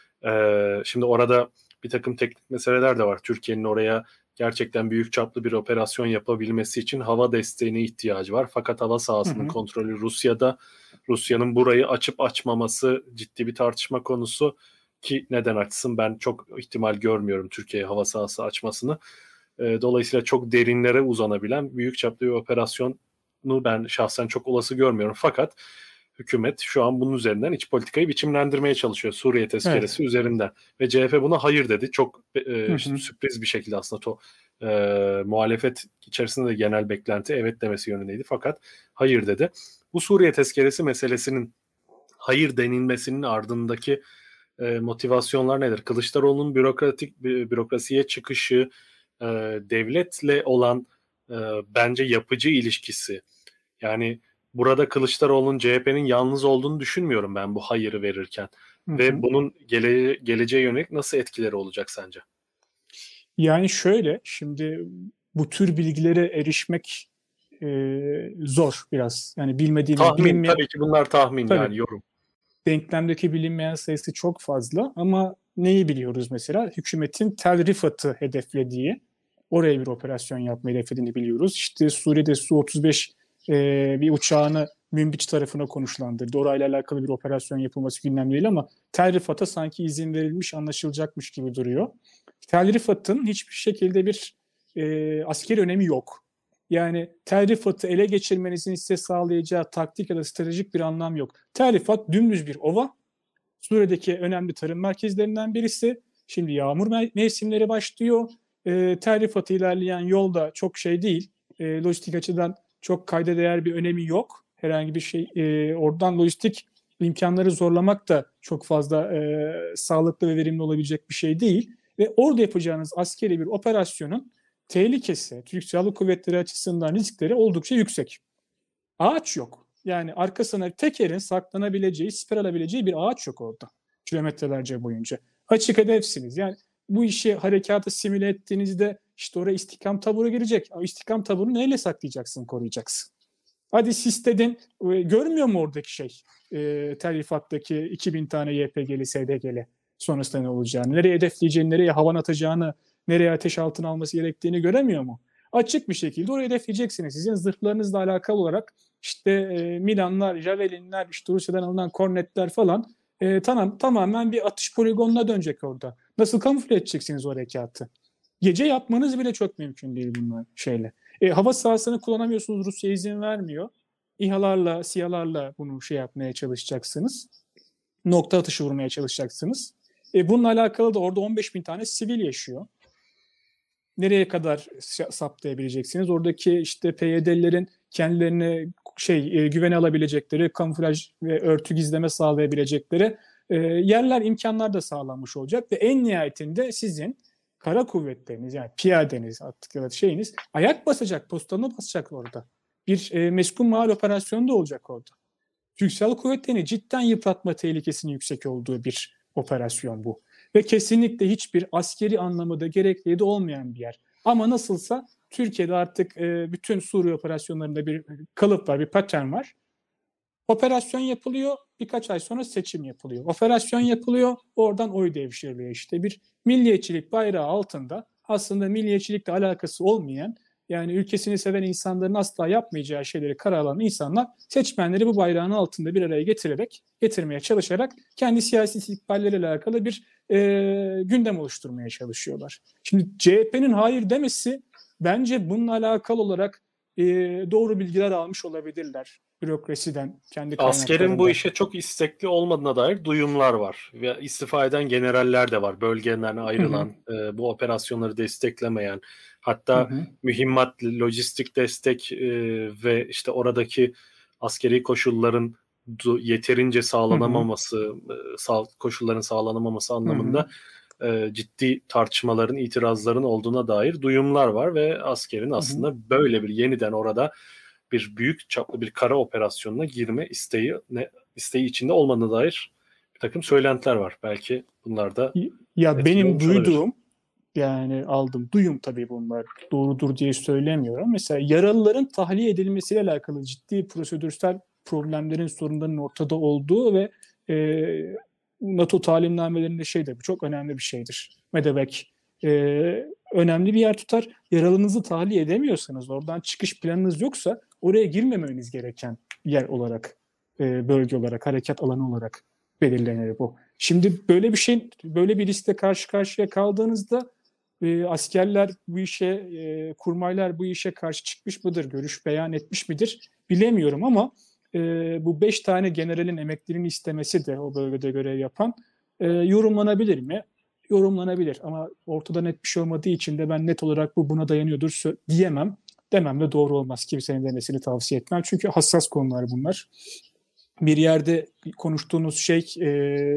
Speaker 1: Ee, şimdi orada bir takım teknik meseleler de var. Türkiye'nin oraya gerçekten büyük çaplı bir operasyon yapabilmesi için hava desteğine ihtiyacı var. Fakat hava sahasının Hı-hı. kontrolü Rusya'da. Rusya'nın burayı açıp açmaması ciddi bir tartışma konusu ki neden açsın ben çok ihtimal görmüyorum Türkiye'ye hava sahası açmasını. E, dolayısıyla çok derinlere uzanabilen büyük çaplı bir operasyonu ben şahsen çok olası görmüyorum. Fakat hükümet şu an bunun üzerinden iç politikayı biçimlendirmeye çalışıyor Suriye tezkeresi evet. üzerinden. Ve C H P buna hayır dedi. Çok e, işte, sürpriz bir şekilde aslında to, e, muhalefet içerisinde de genel beklenti evet demesi yönündeydi. Fakat hayır dedi. Bu Suriye tezkeresi meselesinin hayır denilmesinin ardındaki e, motivasyonlar nedir? Kılıçdaroğlu'nun bürokratik bürokrasiye çıkışı, e, devletle olan e, bence yapıcı ilişkisi. Yani burada Kılıçdaroğlu'nun C H P'nin yalnız olduğunu düşünmüyorum ben bu hayırı verirken. Hı hı. Ve bunun gele, geleceğe yönelik nasıl etkileri olacak sence?
Speaker 2: Yani şöyle, şimdi bu tür bilgilere erişmek e, zor biraz. Yani bilmediğimiz,
Speaker 1: tahmin,
Speaker 2: bilinmeyen...
Speaker 1: Tabii ki bunlar tahmin tabii. Yani yorum.
Speaker 2: Denklemdeki bilinmeyen sayısı çok fazla ama neyi biliyoruz mesela? Hükümetin Tel Rifat'ı hedeflediği, oraya bir operasyon yapmayı hedeflediğini biliyoruz. İşte Suriye'de Su otuz beş e, bir uçağını Münbiç tarafına konuşlandırdı. Orayla alakalı bir operasyon yapılması gündem değil ama Tel Rifat'a sanki izin verilmiş, anlaşılacakmış gibi duruyor. Tel Rifat'ın hiçbir şekilde bir e, askeri önemi yok. Yani Tel Rifat'ı ele geçirmenizin size sağlayacağı taktik ya da stratejik bir anlam yok. Tel Rifat dümdüz bir ova. Suriye'deki önemli tarım merkezlerinden birisi. Şimdi yağmur mevsimleri başlıyor. E, Tel Rifat'a ilerleyen yolda çok şey değil. E, lojistik açıdan çok kayda değer bir önemi yok. Herhangi bir şey e, oradan lojistik imkanları zorlamak da çok fazla e, sağlıklı ve verimli olabilecek bir şey değil. Ve orada yapacağınız askeri bir operasyonun tehlikesi, Türk Silahlı Kuvvetleri açısından riskleri oldukça yüksek. Ağaç yok. Yani arkasına tekerin saklanabileceği, siper alabileceği bir ağaç yok orada. Kilometrelerce boyunca. Açık hedefsiniz. Yani bu işi harekatı simüle ettiğinizde işte oraya istikam taburu girecek. O istikam taburunu neyle saklayacaksın, koruyacaksın? Hadi siz dedin, görmüyor mu oradaki şey? E, Tel iki bin tane Y P G'li, S D G'li sonrasında ne olacağını, nereye hedefleyeceğini, nereye havan atacağını, nereye ateş altına alması gerektiğini göremiyor mu? Açık bir şekilde oraya hedefleyeceksiniz. Sizin zırhlarınızla alakalı olarak işte e, Milanlar, Javelinler, işte Rusya'dan alınan Kornetler falan e, tamam, tamamen bir atış poligonuna dönecek orada. Nasıl kamufle edeceksiniz o harekatı? Gece yapmanız bile çok mümkün değil bunlar şeyle. E, hava sahasını kullanamıyorsunuz. Rusya izin vermiyor. İHA'larla, SİHA'larla bunu şey yapmaya çalışacaksınız. Nokta atışı vurmaya çalışacaksınız. E, bununla alakalı da orada on beş bin tane sivil yaşıyor. Nereye kadar saptayabileceksiniz? Oradaki işte P Y D'lilerin kendilerine şey e, güvene alabilecekleri, kamuflaj ve örtü gizleme sağlayabilecekleri e, yerler, imkanlar da sağlanmış olacak ve en nihayetinde sizin kara kuvvetleriniz, yani piyadeniz artık ya da şeyiniz ayak basacak, postalını basacak orada. Bir e, meskun mahal operasyonu da olacak orada. Türk Silahlı Kuvvetleri'ni cidden yıpratma tehlikesinin yüksek olduğu bir operasyon bu. Ve kesinlikle hiçbir askeri anlamda gerekliği de olmayan bir yer. Ama nasılsa Türkiye'de artık e, bütün Suriye operasyonlarında bir kalıp var, bir patern var. Operasyon yapılıyor, birkaç ay sonra seçim yapılıyor. Operasyon yapılıyor, oradan oy devşiriliyor işte. Bir milliyetçilik bayrağı altında aslında milliyetçilikle alakası olmayan, yani ülkesini seven insanların asla yapmayacağı şeyleri karalanan insanlar seçmenleri bu bayrağın altında bir araya getirerek, getirmeye çalışarak kendi siyasi istikballeriyle alakalı bir e, gündem oluşturmaya çalışıyorlar. Şimdi C H P'nin hayır demesi bence bununla alakalı olarak e, doğru bilgiler almış olabilirler. Bürokrasiden, kendi
Speaker 1: Askerin bu
Speaker 2: kaynaklarından.
Speaker 1: işe çok istekli olmadığına dair duyumlar var. Ve istifa eden generaller de var. Bölgelerine ayrılan, e, bu operasyonları desteklemeyen,
Speaker 2: Hı
Speaker 1: hatta
Speaker 2: hı.
Speaker 1: mühimmat, lojistik destek e, ve işte oradaki askeri koşulların du- yeterince
Speaker 2: Hı hı.
Speaker 1: sağlanamaması, e, sağ, koşulların sağlanamaması
Speaker 2: Hı hı.
Speaker 1: anlamında e, ciddi tartışmaların, itirazların olduğuna dair duyumlar var ve askerin
Speaker 2: Hı hı.
Speaker 1: aslında böyle bir yeniden orada bir büyük çaplı bir kara operasyonuna girme isteği ne isteği içinde olmadığına dair bir takım söylentiler var. Belki bunlar da
Speaker 2: Ya
Speaker 1: etkili
Speaker 2: benim
Speaker 1: olmuş olabilir.
Speaker 2: duyduğum, yani aldım duyum, tabii bunlar doğrudur diye söylemiyorum. Mesela yaralıların tahliye edilmesiyle alakalı ciddi prosedürsel problemlerin, sorunların ortada olduğu ve e, NATO talimnamelerinde şey de bu çok önemli bir şeydir. Medevac e, önemli bir yer tutar. Yaralınızı tahliye edemiyorsanız, oradan çıkış planınız yoksa oraya girmemeniz gereken yer olarak, e, bölge olarak, harekat alanı olarak belirlenir bu. Şimdi böyle bir şey, böyle bir riskle karşı karşıya kaldığınızda e, askerler bu işe, e, kurmaylar bu işe karşı çıkmış mıdır, görüş beyan etmiş midir bilemiyorum ama e, bu beş tane generalin emeklerini istemesi de o bölgede görev yapan e, yorumlanabilir mi? Yorumlanabilir ama ortada net bir şey olmadığı için de ben net olarak bu buna dayanıyordur diyemem. Demem de doğru olmaz. Kimsenin demesini tavsiye etmem. Çünkü hassas konular bunlar. Bir yerde konuştuğunuz şey e,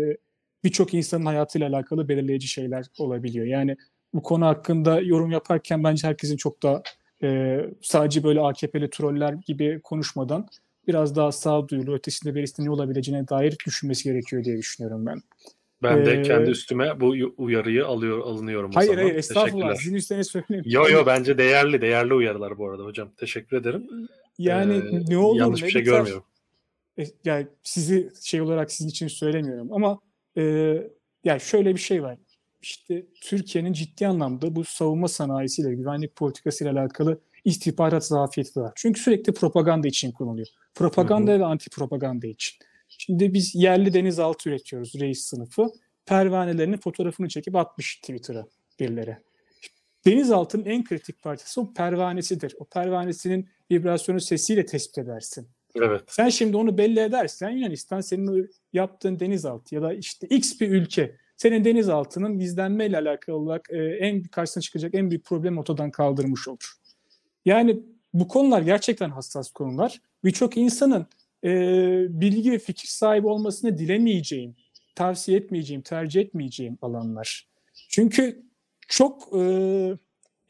Speaker 2: birçok insanın hayatıyla alakalı belirleyici şeyler olabiliyor. Yani bu konu hakkında yorum yaparken bence herkesin çok da e, sadece böyle A K P'li troller gibi konuşmadan biraz daha sağduyulu, ötesinde berisinde ne olabileceğine dair düşünmesi gerekiyor diye düşünüyorum ben.
Speaker 1: Ben de kendi
Speaker 2: E,
Speaker 1: üstüme bu uyarıyı alıyor alınıyorum o
Speaker 2: hayır hayır,
Speaker 1: zaman.
Speaker 2: estağfurullah,
Speaker 1: Teşekkürler.
Speaker 2: sizin üstüne söylemiyorum.
Speaker 1: Yo yo,
Speaker 2: Hayır.
Speaker 1: bence değerli değerli uyarılar bu arada hocam. Teşekkür ederim. Ee,
Speaker 2: Yani ne olur
Speaker 1: yanlış bir
Speaker 2: ne
Speaker 1: şey
Speaker 2: biter.
Speaker 1: görmüyorum.
Speaker 2: E, yani sizi şey olarak sizin için söylemiyorum ama e, yani şöyle bir şey var. İşte Türkiye'nin ciddi anlamda bu savunma sanayisiyle, güvenlik politikasıyla alakalı istihbarat zafiyeti var. Çünkü sürekli propaganda için kullanılıyor.
Speaker 1: Hı hı.
Speaker 2: Propaganda ve anti propaganda için. Şimdi biz yerli denizaltı üretiyoruz, reis sınıfı. Pervanelerinin fotoğrafını çekip atmış Twitter'a birileri. Denizaltının en kritik parçası o pervanesidir. O pervanesinin vibrasyonu sesiyle tespit edersin.
Speaker 1: Evet.
Speaker 2: Sen şimdi onu belli edersen Yunanistan senin yaptığın denizaltı ya da işte X bir ülke senin denizaltının gizlenmeyle alakalı olarak e, en karşısına çıkacak en büyük problem ortadan kaldırmış olur. Yani bu konular gerçekten hassas konular. Birçok insanın e, bilgi ve fikir sahibi olmasını dilemeyeceğim, tavsiye etmeyeceğim, tercih etmeyeceğim alanlar. Çünkü çok e, yani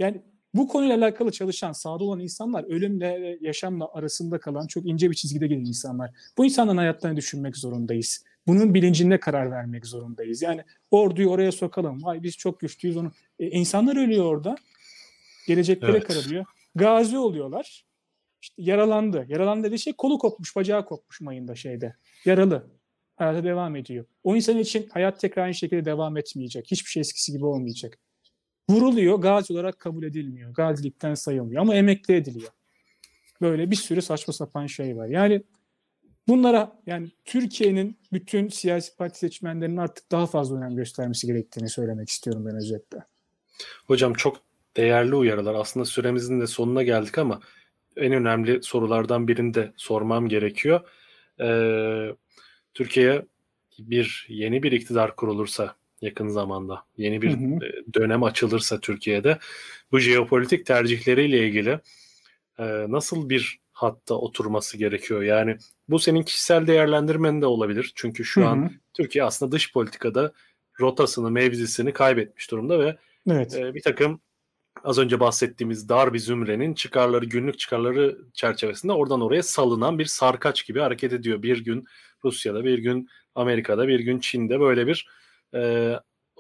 Speaker 2: Bu konuyla alakalı çalışan, sahada olan insanlar ölümle ve yaşamla arasında kalan çok ince bir çizgide giden insanlar. Bu insanların hayatlarını düşünmek zorundayız. Bunun bilincinde karar vermek zorundayız. Yani orduyu oraya sokalım. Vay biz çok güçlüyüz onu. E, insanlar ölüyor orada. Gelecekleri
Speaker 1: Evet.
Speaker 2: kararıyor. Gazi oluyorlar. İşte yaralandı. Yaralandı dediği şey kolu kopmuş, bacağı kopmuş mayında şeyde. Yaralı. Hayata devam ediyor. O insan için hayat tekrar aynı şekilde devam etmeyecek. Hiçbir şey eskisi gibi olmayacak. Vuruluyor, gazi olarak kabul edilmiyor. Gazilikten sayılmıyor ama emekli ediliyor. Böyle bir sürü saçma sapan şey var. Yani bunlara yani Türkiye'nin bütün siyasi parti seçmenlerinin artık daha fazla önem göstermesi gerektiğini söylemek istiyorum ben özetle.
Speaker 1: Hocam çok değerli uyarılar. Aslında süremizin de sonuna geldik ama en önemli sorulardan birini de sormam gerekiyor. Ee, Türkiye bir yeni bir iktidar kurulursa yakın zamanda, yeni bir
Speaker 2: Hı hı.
Speaker 1: dönem açılırsa Türkiye'de bu jeopolitik tercihleriyle ilgili e, nasıl bir hatta oturması gerekiyor? Yani bu senin kişisel değerlendirmen de olabilir. Çünkü
Speaker 2: Hı
Speaker 1: şu an
Speaker 2: hı.
Speaker 1: Türkiye aslında dış politikada rotasını, mevzisini kaybetmiş durumda ve
Speaker 2: Evet.
Speaker 1: e, bir takım az önce bahsettiğimiz dar bir zümrenin çıkarları, günlük çıkarları çerçevesinde oradan oraya salınan bir sarkaç gibi hareket ediyor. Bir gün Rusya'da, bir gün Amerika'da, bir gün Çin'de böyle bir e,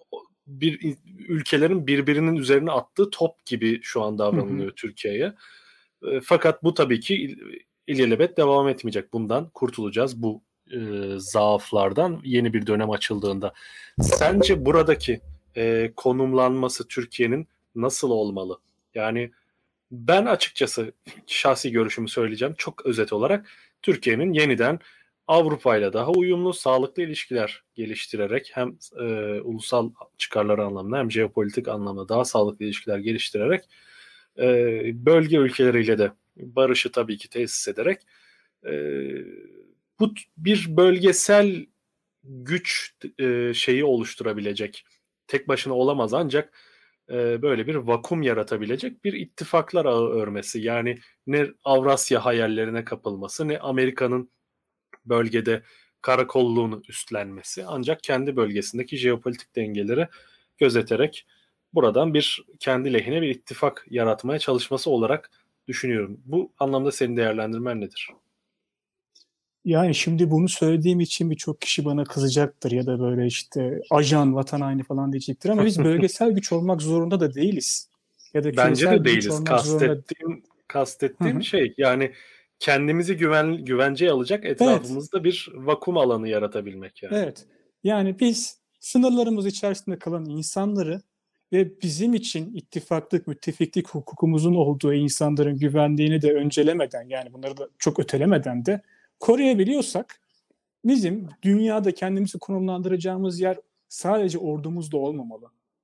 Speaker 1: bir ülkelerin birbirinin üzerine attığı top gibi şu an
Speaker 2: Hı hı.
Speaker 1: davranılıyor Türkiye'ye. E, fakat bu tabii ki il, ilelebet devam etmeyecek. Bundan kurtulacağız bu e, zaaflardan yeni bir dönem açıldığında. Sence buradaki e, konumlanması Türkiye'nin nasıl olmalı? Yani ben açıkçası şahsi görüşümü söyleyeceğim çok özet olarak Türkiye'nin yeniden Avrupa ile daha uyumlu, sağlıklı ilişkiler geliştirerek hem e, ulusal çıkarları anlamında hem jeopolitik anlamda daha sağlıklı ilişkiler geliştirerek e, bölge ülkeleriyle de barışı tabii ki tesis ederek e, bu bir bölgesel güç e, şeyi oluşturabilecek. Tek başına olamaz ancak e, böyle bir vakum yaratabilecek bir ittifaklar ağı örmesi. Yani ne Avrasya hayallerine kapılması ne Amerika'nın bölgede karakolluğunu üstlenmesi ancak kendi bölgesindeki jeopolitik dengeleri gözeterek buradan bir kendi lehine bir ittifak yaratmaya çalışması olarak düşünüyorum. Bu anlamda senin değerlendirmen nedir?
Speaker 2: Yani şimdi bunu söylediğim için birçok kişi bana kızacaktır ya da böyle işte ajan, vatan haini falan diyecektir ama biz bölgesel güç olmak zorunda da değiliz. Ya da
Speaker 1: Bence
Speaker 2: küresel
Speaker 1: de
Speaker 2: bir güç
Speaker 1: değiliz.
Speaker 2: olmak zorunda.
Speaker 1: Kastettiğim
Speaker 2: Hı
Speaker 1: kastettiğim
Speaker 2: hı.
Speaker 1: şey yani kendimizi güven güvenceye alacak
Speaker 2: Evet,
Speaker 1: etrafımızda bir vakum alanı yaratabilmek yani.
Speaker 2: evet. Yani biz sınırlarımız içerisinde kalan insanları ve bizim için ittifaklık, müttefiklik hukukumuzun olduğu insanların güvenliğini de öncelemeden yani bunları da çok ötelemeden de koruyabiliyorsak bizim dünyada kendimizi konumlandıracağımız yer sadece ordumuzda olmamalı.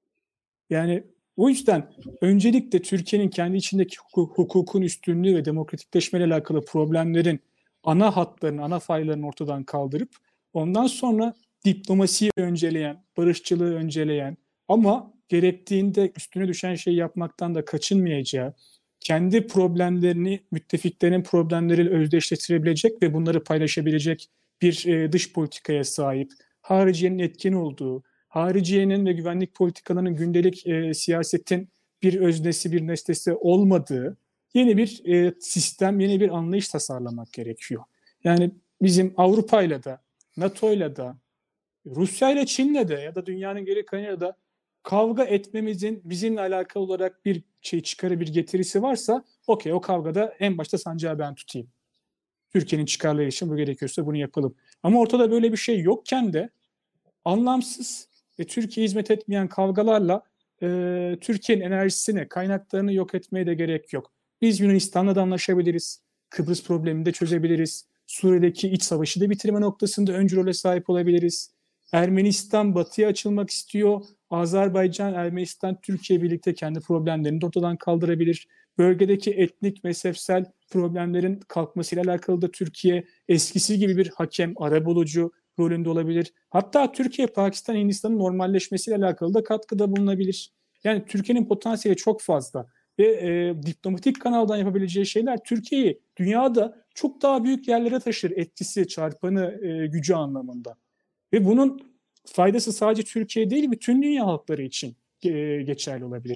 Speaker 2: Yani o yüzden öncelikle Türkiye'nin kendi içindeki hukukun üstünlüğü ve demokratikleşmeyle alakalı problemlerin ana hatlarını, ana faylarını ortadan kaldırıp ondan sonra diplomasiyi önceleyen, barışçılığı önceleyen ama gerektiğinde üstüne düşen şeyi yapmaktan da kaçınmayacağı, kendi problemlerini müttefiklerin problemleriyle özdeşleştirebilecek ve bunları paylaşabilecek bir e, dış politikaya sahip, hariciyenin etkin olduğu, hariciyenin ve güvenlik politikalarının gündelik e, siyasetin bir öznesi, bir nesnesi olmadığı yeni bir e, sistem, yeni bir anlayış tasarlamak gerekiyor. Yani bizim Avrupa'yla da, NATO'yla da, Rusya'yla, Çin'le de ya da dünyanın geri kalanıyla da kavga etmemizin bizimle alakalı olarak bir şey çıkarı, bir getirisi varsa okey o kavgada en başta sancağı ben tutayım. Türkiye'nin çıkarları için bu gerekiyorsa bunu yapalım. Ama ortada böyle bir şey yokken de anlamsız ve Türkiye hizmet etmeyen kavgalarla e, Türkiye'nin enerjisini, kaynaklarını yok etmeye de gerek yok. Biz Yunanistan'la da anlaşabiliriz. Kıbrıs problemini de çözebiliriz. Suriye'deki iç savaşı da bitirme noktasında öncü role sahip olabiliriz. Ermenistan batıya açılmak istiyor. Azerbaycan, Ermenistan, Türkiye birlikte kendi problemlerini de ortadan kaldırabilir. Bölgedeki etnik, mezhepsel problemlerin kalkmasıyla alakalı da Türkiye eskisi gibi bir hakem, arabulucu rolünde olabilir. Hatta Türkiye, Pakistan, Hindistan'ın normalleşmesiyle alakalı da katkıda bulunabilir. Yani Türkiye'nin potansiyeli çok fazla ve e, diplomatik kanaldan yapabileceği şeyler Türkiye'yi dünyada çok daha büyük yerlere taşır etkisi, çarpanı, e, gücü anlamında. Ve bunun faydası sadece Türkiye değil bütün dünya halkları için e, geçerli olabilir.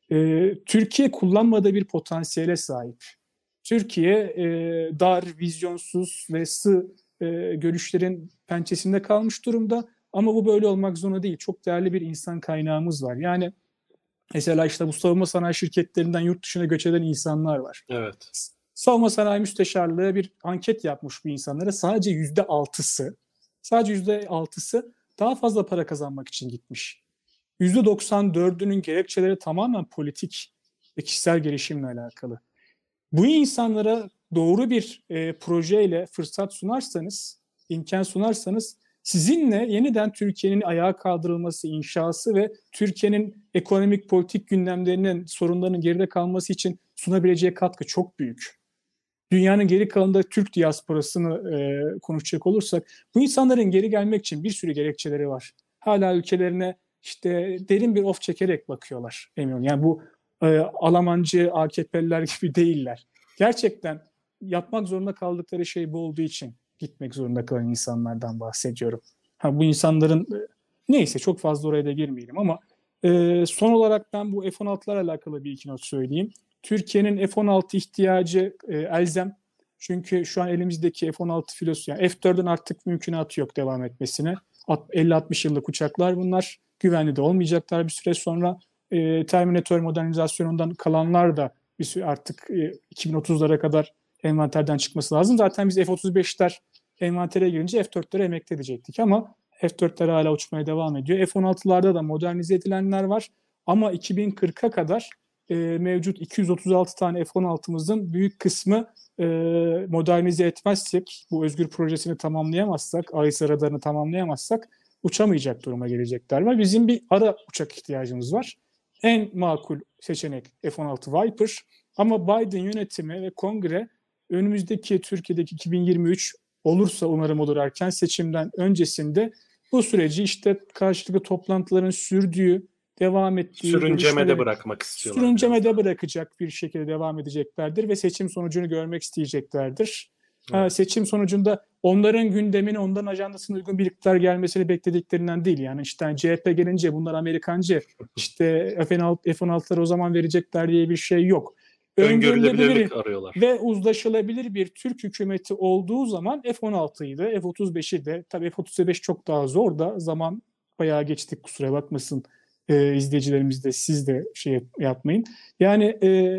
Speaker 2: E, Türkiye kullanmadığı bir potansiyele sahip. Türkiye e, dar, vizyonsuz ve sığ e, görüşlerin pençesinde kalmış durumda. Ama bu böyle olmak zorunda değil. Çok değerli bir insan kaynağımız var. Yani mesela işte bu savunma sanayi şirketlerinden yurt dışına göç eden insanlar var.
Speaker 1: Evet.
Speaker 2: Savunma Sanayi Müsteşarlığı bir anket yapmış bu insanlara. Sadece yüzde altısı, sadece yüzde altısı daha fazla para kazanmak için gitmiş. yüzde doksan dördünün gerekçeleri tamamen politik ve kişisel gelişimle alakalı. Bu insanlara doğru bir e, projeyle fırsat sunarsanız, imkan sunarsanız sizinle yeniden Türkiye'nin ayağa kaldırılması, inşası ve Türkiye'nin ekonomik politik gündemlerinin sorunlarının geride kalması için sunabileceği katkı çok büyük. Dünyanın geri kalanında Türk diasporasını e, konuşacak olursak bu insanların geri gelmek için bir sürü gerekçeleri var. Hala ülkelerine işte derin bir of çekerek bakıyorlar. Eminim. Yani bu e, Almancı A K P'liler gibi değiller. Gerçekten yapmak zorunda kaldıkları şey bu olduğu için gitmek zorunda kalan insanlardan bahsediyorum. Ha, bu insanların e, neyse çok fazla oraya da girmeyelim ama e, son olarak ben bu F on altılarla alakalı bir iki not söyleyeyim. Türkiye'nin F on altı ihtiyacı e, elzem. Çünkü şu an elimizdeki F on altı filosu, yani F dördün artık mümkünatı yok devam etmesine. elli altmış yıllık uçaklar bunlar. Güvenli de olmayacaklar bir süre sonra. E, Terminator modernizasyonundan kalanlar da bir süre artık e, iki bin otuzlara kadar envanterden çıkması lazım. Zaten biz F otuz beşler envantere girince F dörtlere emekli edecektik ama F dörtler hala uçmaya devam ediyor. F on altılarda da modernize edilenler var. Ama iki bin kırka kadar e, mevcut iki yüz otuz altı tane F on altımızın büyük kısmı e, modernize etmezsek, bu özgür projesini tamamlayamazsak, A E S radarını tamamlayamazsak uçamayacak duruma gelecekler var. Bizim bir ara uçak ihtiyacımız var. En makul seçenek F on altı Viper ama Biden yönetimi ve kongre önümüzdeki Türkiye'deki iki bin yirmi üç olursa umarım olur erken seçimden öncesinde bu süreci işte karşılıklı toplantıların sürdüğü, devam ettiği,
Speaker 1: sürüncemede bırakmak istiyorlar.
Speaker 2: Sürüncemede bırakacak bir şekilde devam edeceklerdir ve seçim sonucunu görmek isteyeceklerdir. Evet. Ha, seçim sonucunda onların gündemine, onların ajandasına uygun bir iktidar gelmesini beklediklerinden değil. Yani işte C H P gelince bunlar Amerikancı, işte F on altıları o zaman verecekler diye bir şey yok.
Speaker 1: Öngörülebilirlik arıyorlar.
Speaker 2: Ve uzlaşılabilir bir Türk hükümeti olduğu zaman F on altıyı da F otuz beşi de, tabii F otuz beş çok daha zor da zaman bayağı geçtik, kusura bakmasın e, izleyicilerimiz de, siz de şey yapmayın. Yani e,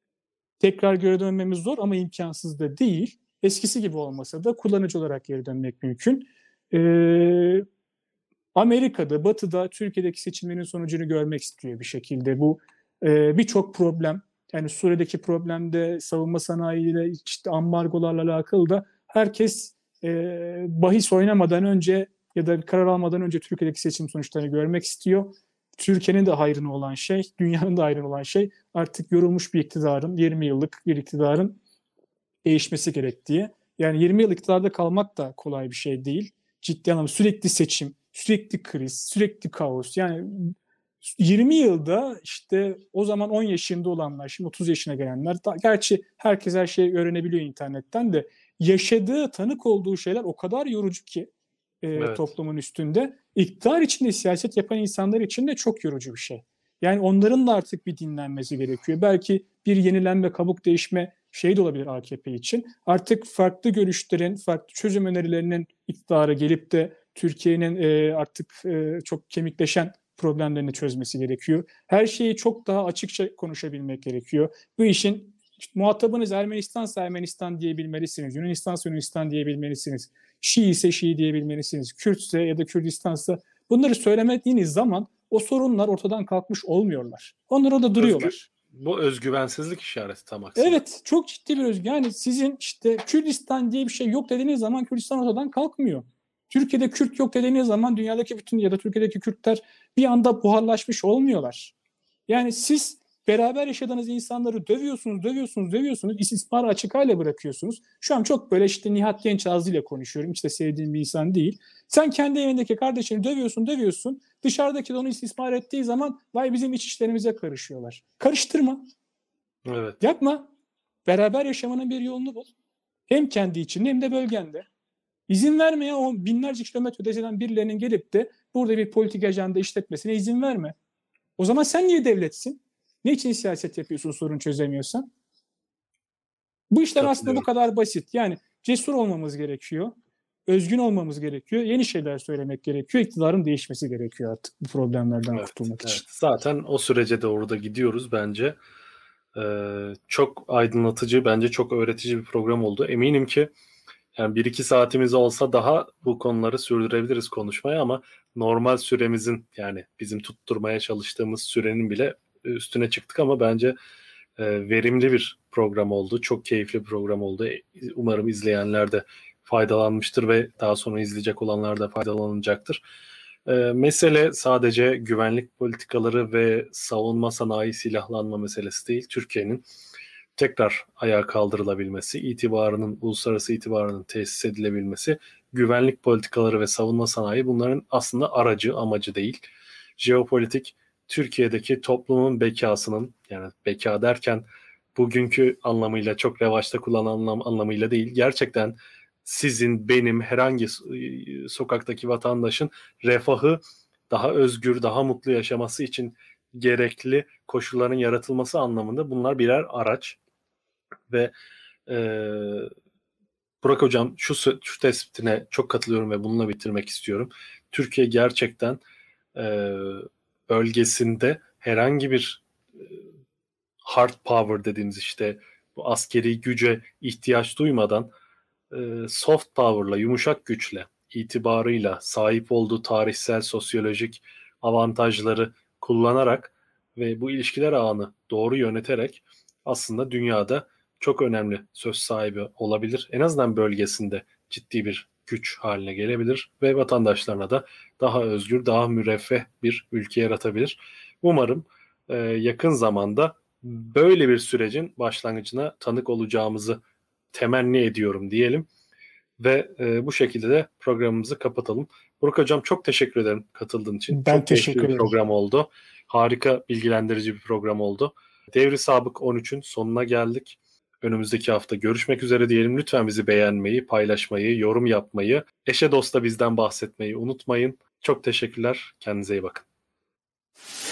Speaker 2: tekrar geri dönmemiz zor ama imkansız da değil. Eskisi gibi olmasa da kullanıcı olarak geri dönmek mümkün. E, Amerika'da, Batı'da Türkiye'deki seçimlerin sonucunu görmek istiyor bir şekilde. Bu e, birçok problem, yani Suriye'deki problemde, savunma sanayiyle, işte ambargolarla alakalı da herkes e, bahis oynamadan önce ya da karar almadan önce Türkiye'deki seçim sonuçlarını görmek istiyor. Türkiye'nin de hayrına olan şey, dünyanın da hayrına olan şey artık yorulmuş bir iktidarın, yirmi yıllık bir iktidarın değişmesi gerektiği. Yani yirmi yıl iktidarda kalmak da kolay bir şey değil. Ciddi anlamda sürekli seçim, sürekli kriz, sürekli kaos. Yani yirmi yılda işte o zaman on yaşında olanlar, şimdi otuz yaşına gelenler, gerçi herkes her şeyi öğrenebiliyor internetten de, yaşadığı, tanık olduğu şeyler o kadar yorucu ki e, evet. toplumun üstünde. İktidar içinde siyaset yapan insanlar için de çok yorucu bir şey. Yani onların da artık bir dinlenmesi gerekiyor. Belki bir yenilenme, kabuk değişme şey de olabilir A K P için. Artık farklı görüşlerin, farklı çözüm önerilerinin iktidara gelip de Türkiye'nin e, artık e, çok kemikleşen problemlerini çözmesi gerekiyor. Her şeyi çok daha açıkça konuşabilmek gerekiyor. Bu işin işte, muhatabınız Ermenistansa Ermenistan diyebilmelisiniz. Yunanistansa Yunanistan diyebilmelisiniz. Şii ise Şii diyebilmelisiniz. Kürtse ya da Kürdistansa, bunları söylemediğiniz zaman o sorunlar ortadan kalkmış olmuyorlar. Onlar orada duruyorlar.
Speaker 1: Özgür, bu özgüvensizlik işareti tam aksine.
Speaker 2: Evet, çok ciddi bir özgüven. Yani sizin işte Kürdistan diye bir şey yok dediğiniz zaman Kürdistan ortadan kalkmıyor. Türkiye'de Kürt yok dediğiniz zaman dünyadaki bütün ya da Türkiye'deki Kürtler bir anda buharlaşmış olmuyorlar. Yani siz beraber yaşadığınız insanları dövüyorsunuz, dövüyorsunuz, dövüyorsunuz, istismarı açık hale bırakıyorsunuz. Şu an çok böyle işte Nihat Gençağzı ile konuşuyorum. Hiç de sevdiğim bir insan değil. Sen kendi evindeki kardeşini dövüyorsun, dövüyorsun. Dışarıdaki de onu istismar ettiği zaman vay bizim iç işlerimize karışıyorlar. Karıştırma.
Speaker 1: Evet.
Speaker 2: Yapma. Beraber yaşamanın bir yolunu bul. Hem kendi içinde hem de bölgende. İzin verme ya, o binlerce kilometre ötesinden birilerinin gelip de burada bir politik ajanda işletmesine izin verme. O zaman sen niye devletsin? Ne için siyaset yapıyorsun sorun çözemiyorsan? Bu işler aslında bu kadar basit. Yani cesur olmamız gerekiyor. Özgün olmamız gerekiyor. Yeni şeyler söylemek gerekiyor. İktidarın değişmesi gerekiyor artık bu problemlerden
Speaker 1: Evet,
Speaker 2: kurtulmak
Speaker 1: evet.
Speaker 2: için.
Speaker 1: Zaten o sürece doğru da gidiyoruz bence. Ee, çok aydınlatıcı, bence çok öğretici bir program oldu. Eminim ki yani bir iki saatimiz olsa daha bu konuları sürdürebiliriz konuşmaya ama normal süremizin, yani bizim tutturmaya çalıştığımız sürenin bile üstüne çıktık ama bence e, verimli bir program oldu. Çok keyifli bir program oldu. E, Umarım izleyenler de faydalanmıştır ve daha sonra izleyecek olanlar da faydalanacaktır. E, mesele sadece güvenlik politikaları ve savunma sanayi silahlanma meselesi değil. Türkiye'nin tekrar ayağa kaldırılabilmesi, itibarının, uluslararası itibarının tesis edilebilmesi, güvenlik politikaları ve savunma sanayi bunların aslında aracı, amacı değil. Jeopolitik, Türkiye'deki toplumun bekasının, yani beka derken bugünkü anlamıyla, çok revaçta kullanılan anlam, anlamıyla değil, gerçekten sizin, benim, herhangi sokaktaki vatandaşın refahı, daha özgür, daha mutlu yaşaması için gerekli koşulların yaratılması anlamında bunlar birer araç. Ve e, Burak Hocam şu, şu tespitine çok katılıyorum ve bununla bitirmek istiyorum. Türkiye gerçekten e, bölgesinde herhangi bir e, hard power dediğimiz, işte bu askeri güce ihtiyaç duymadan e, soft power'la, yumuşak güçle, itibarıyla, sahip olduğu tarihsel, sosyolojik avantajları kullanarak ve bu ilişkiler ağını doğru yöneterek aslında dünyada çok önemli söz sahibi olabilir. En azından bölgesinde ciddi bir güç haline gelebilir ve vatandaşlarına da daha özgür, daha müreffeh bir ülke yaratabilir. Umarım e, yakın zamanda böyle bir sürecin başlangıcına tanık olacağımızı temenni ediyorum diyelim ve e, bu şekilde de programımızı kapatalım. Burak Hocam çok teşekkür ederim katıldığın için.
Speaker 2: Ben
Speaker 1: Çok keyifli
Speaker 2: teşekkür
Speaker 1: bir
Speaker 2: ederim.
Speaker 1: program oldu. Harika, bilgilendirici bir program oldu. Devri Sabık on üçün sonuna geldik. Önümüzdeki hafta görüşmek üzere diyelim. Lütfen bizi beğenmeyi, paylaşmayı, yorum yapmayı, eşe dosta bizden bahsetmeyi unutmayın. Çok teşekkürler. Kendinize iyi bakın.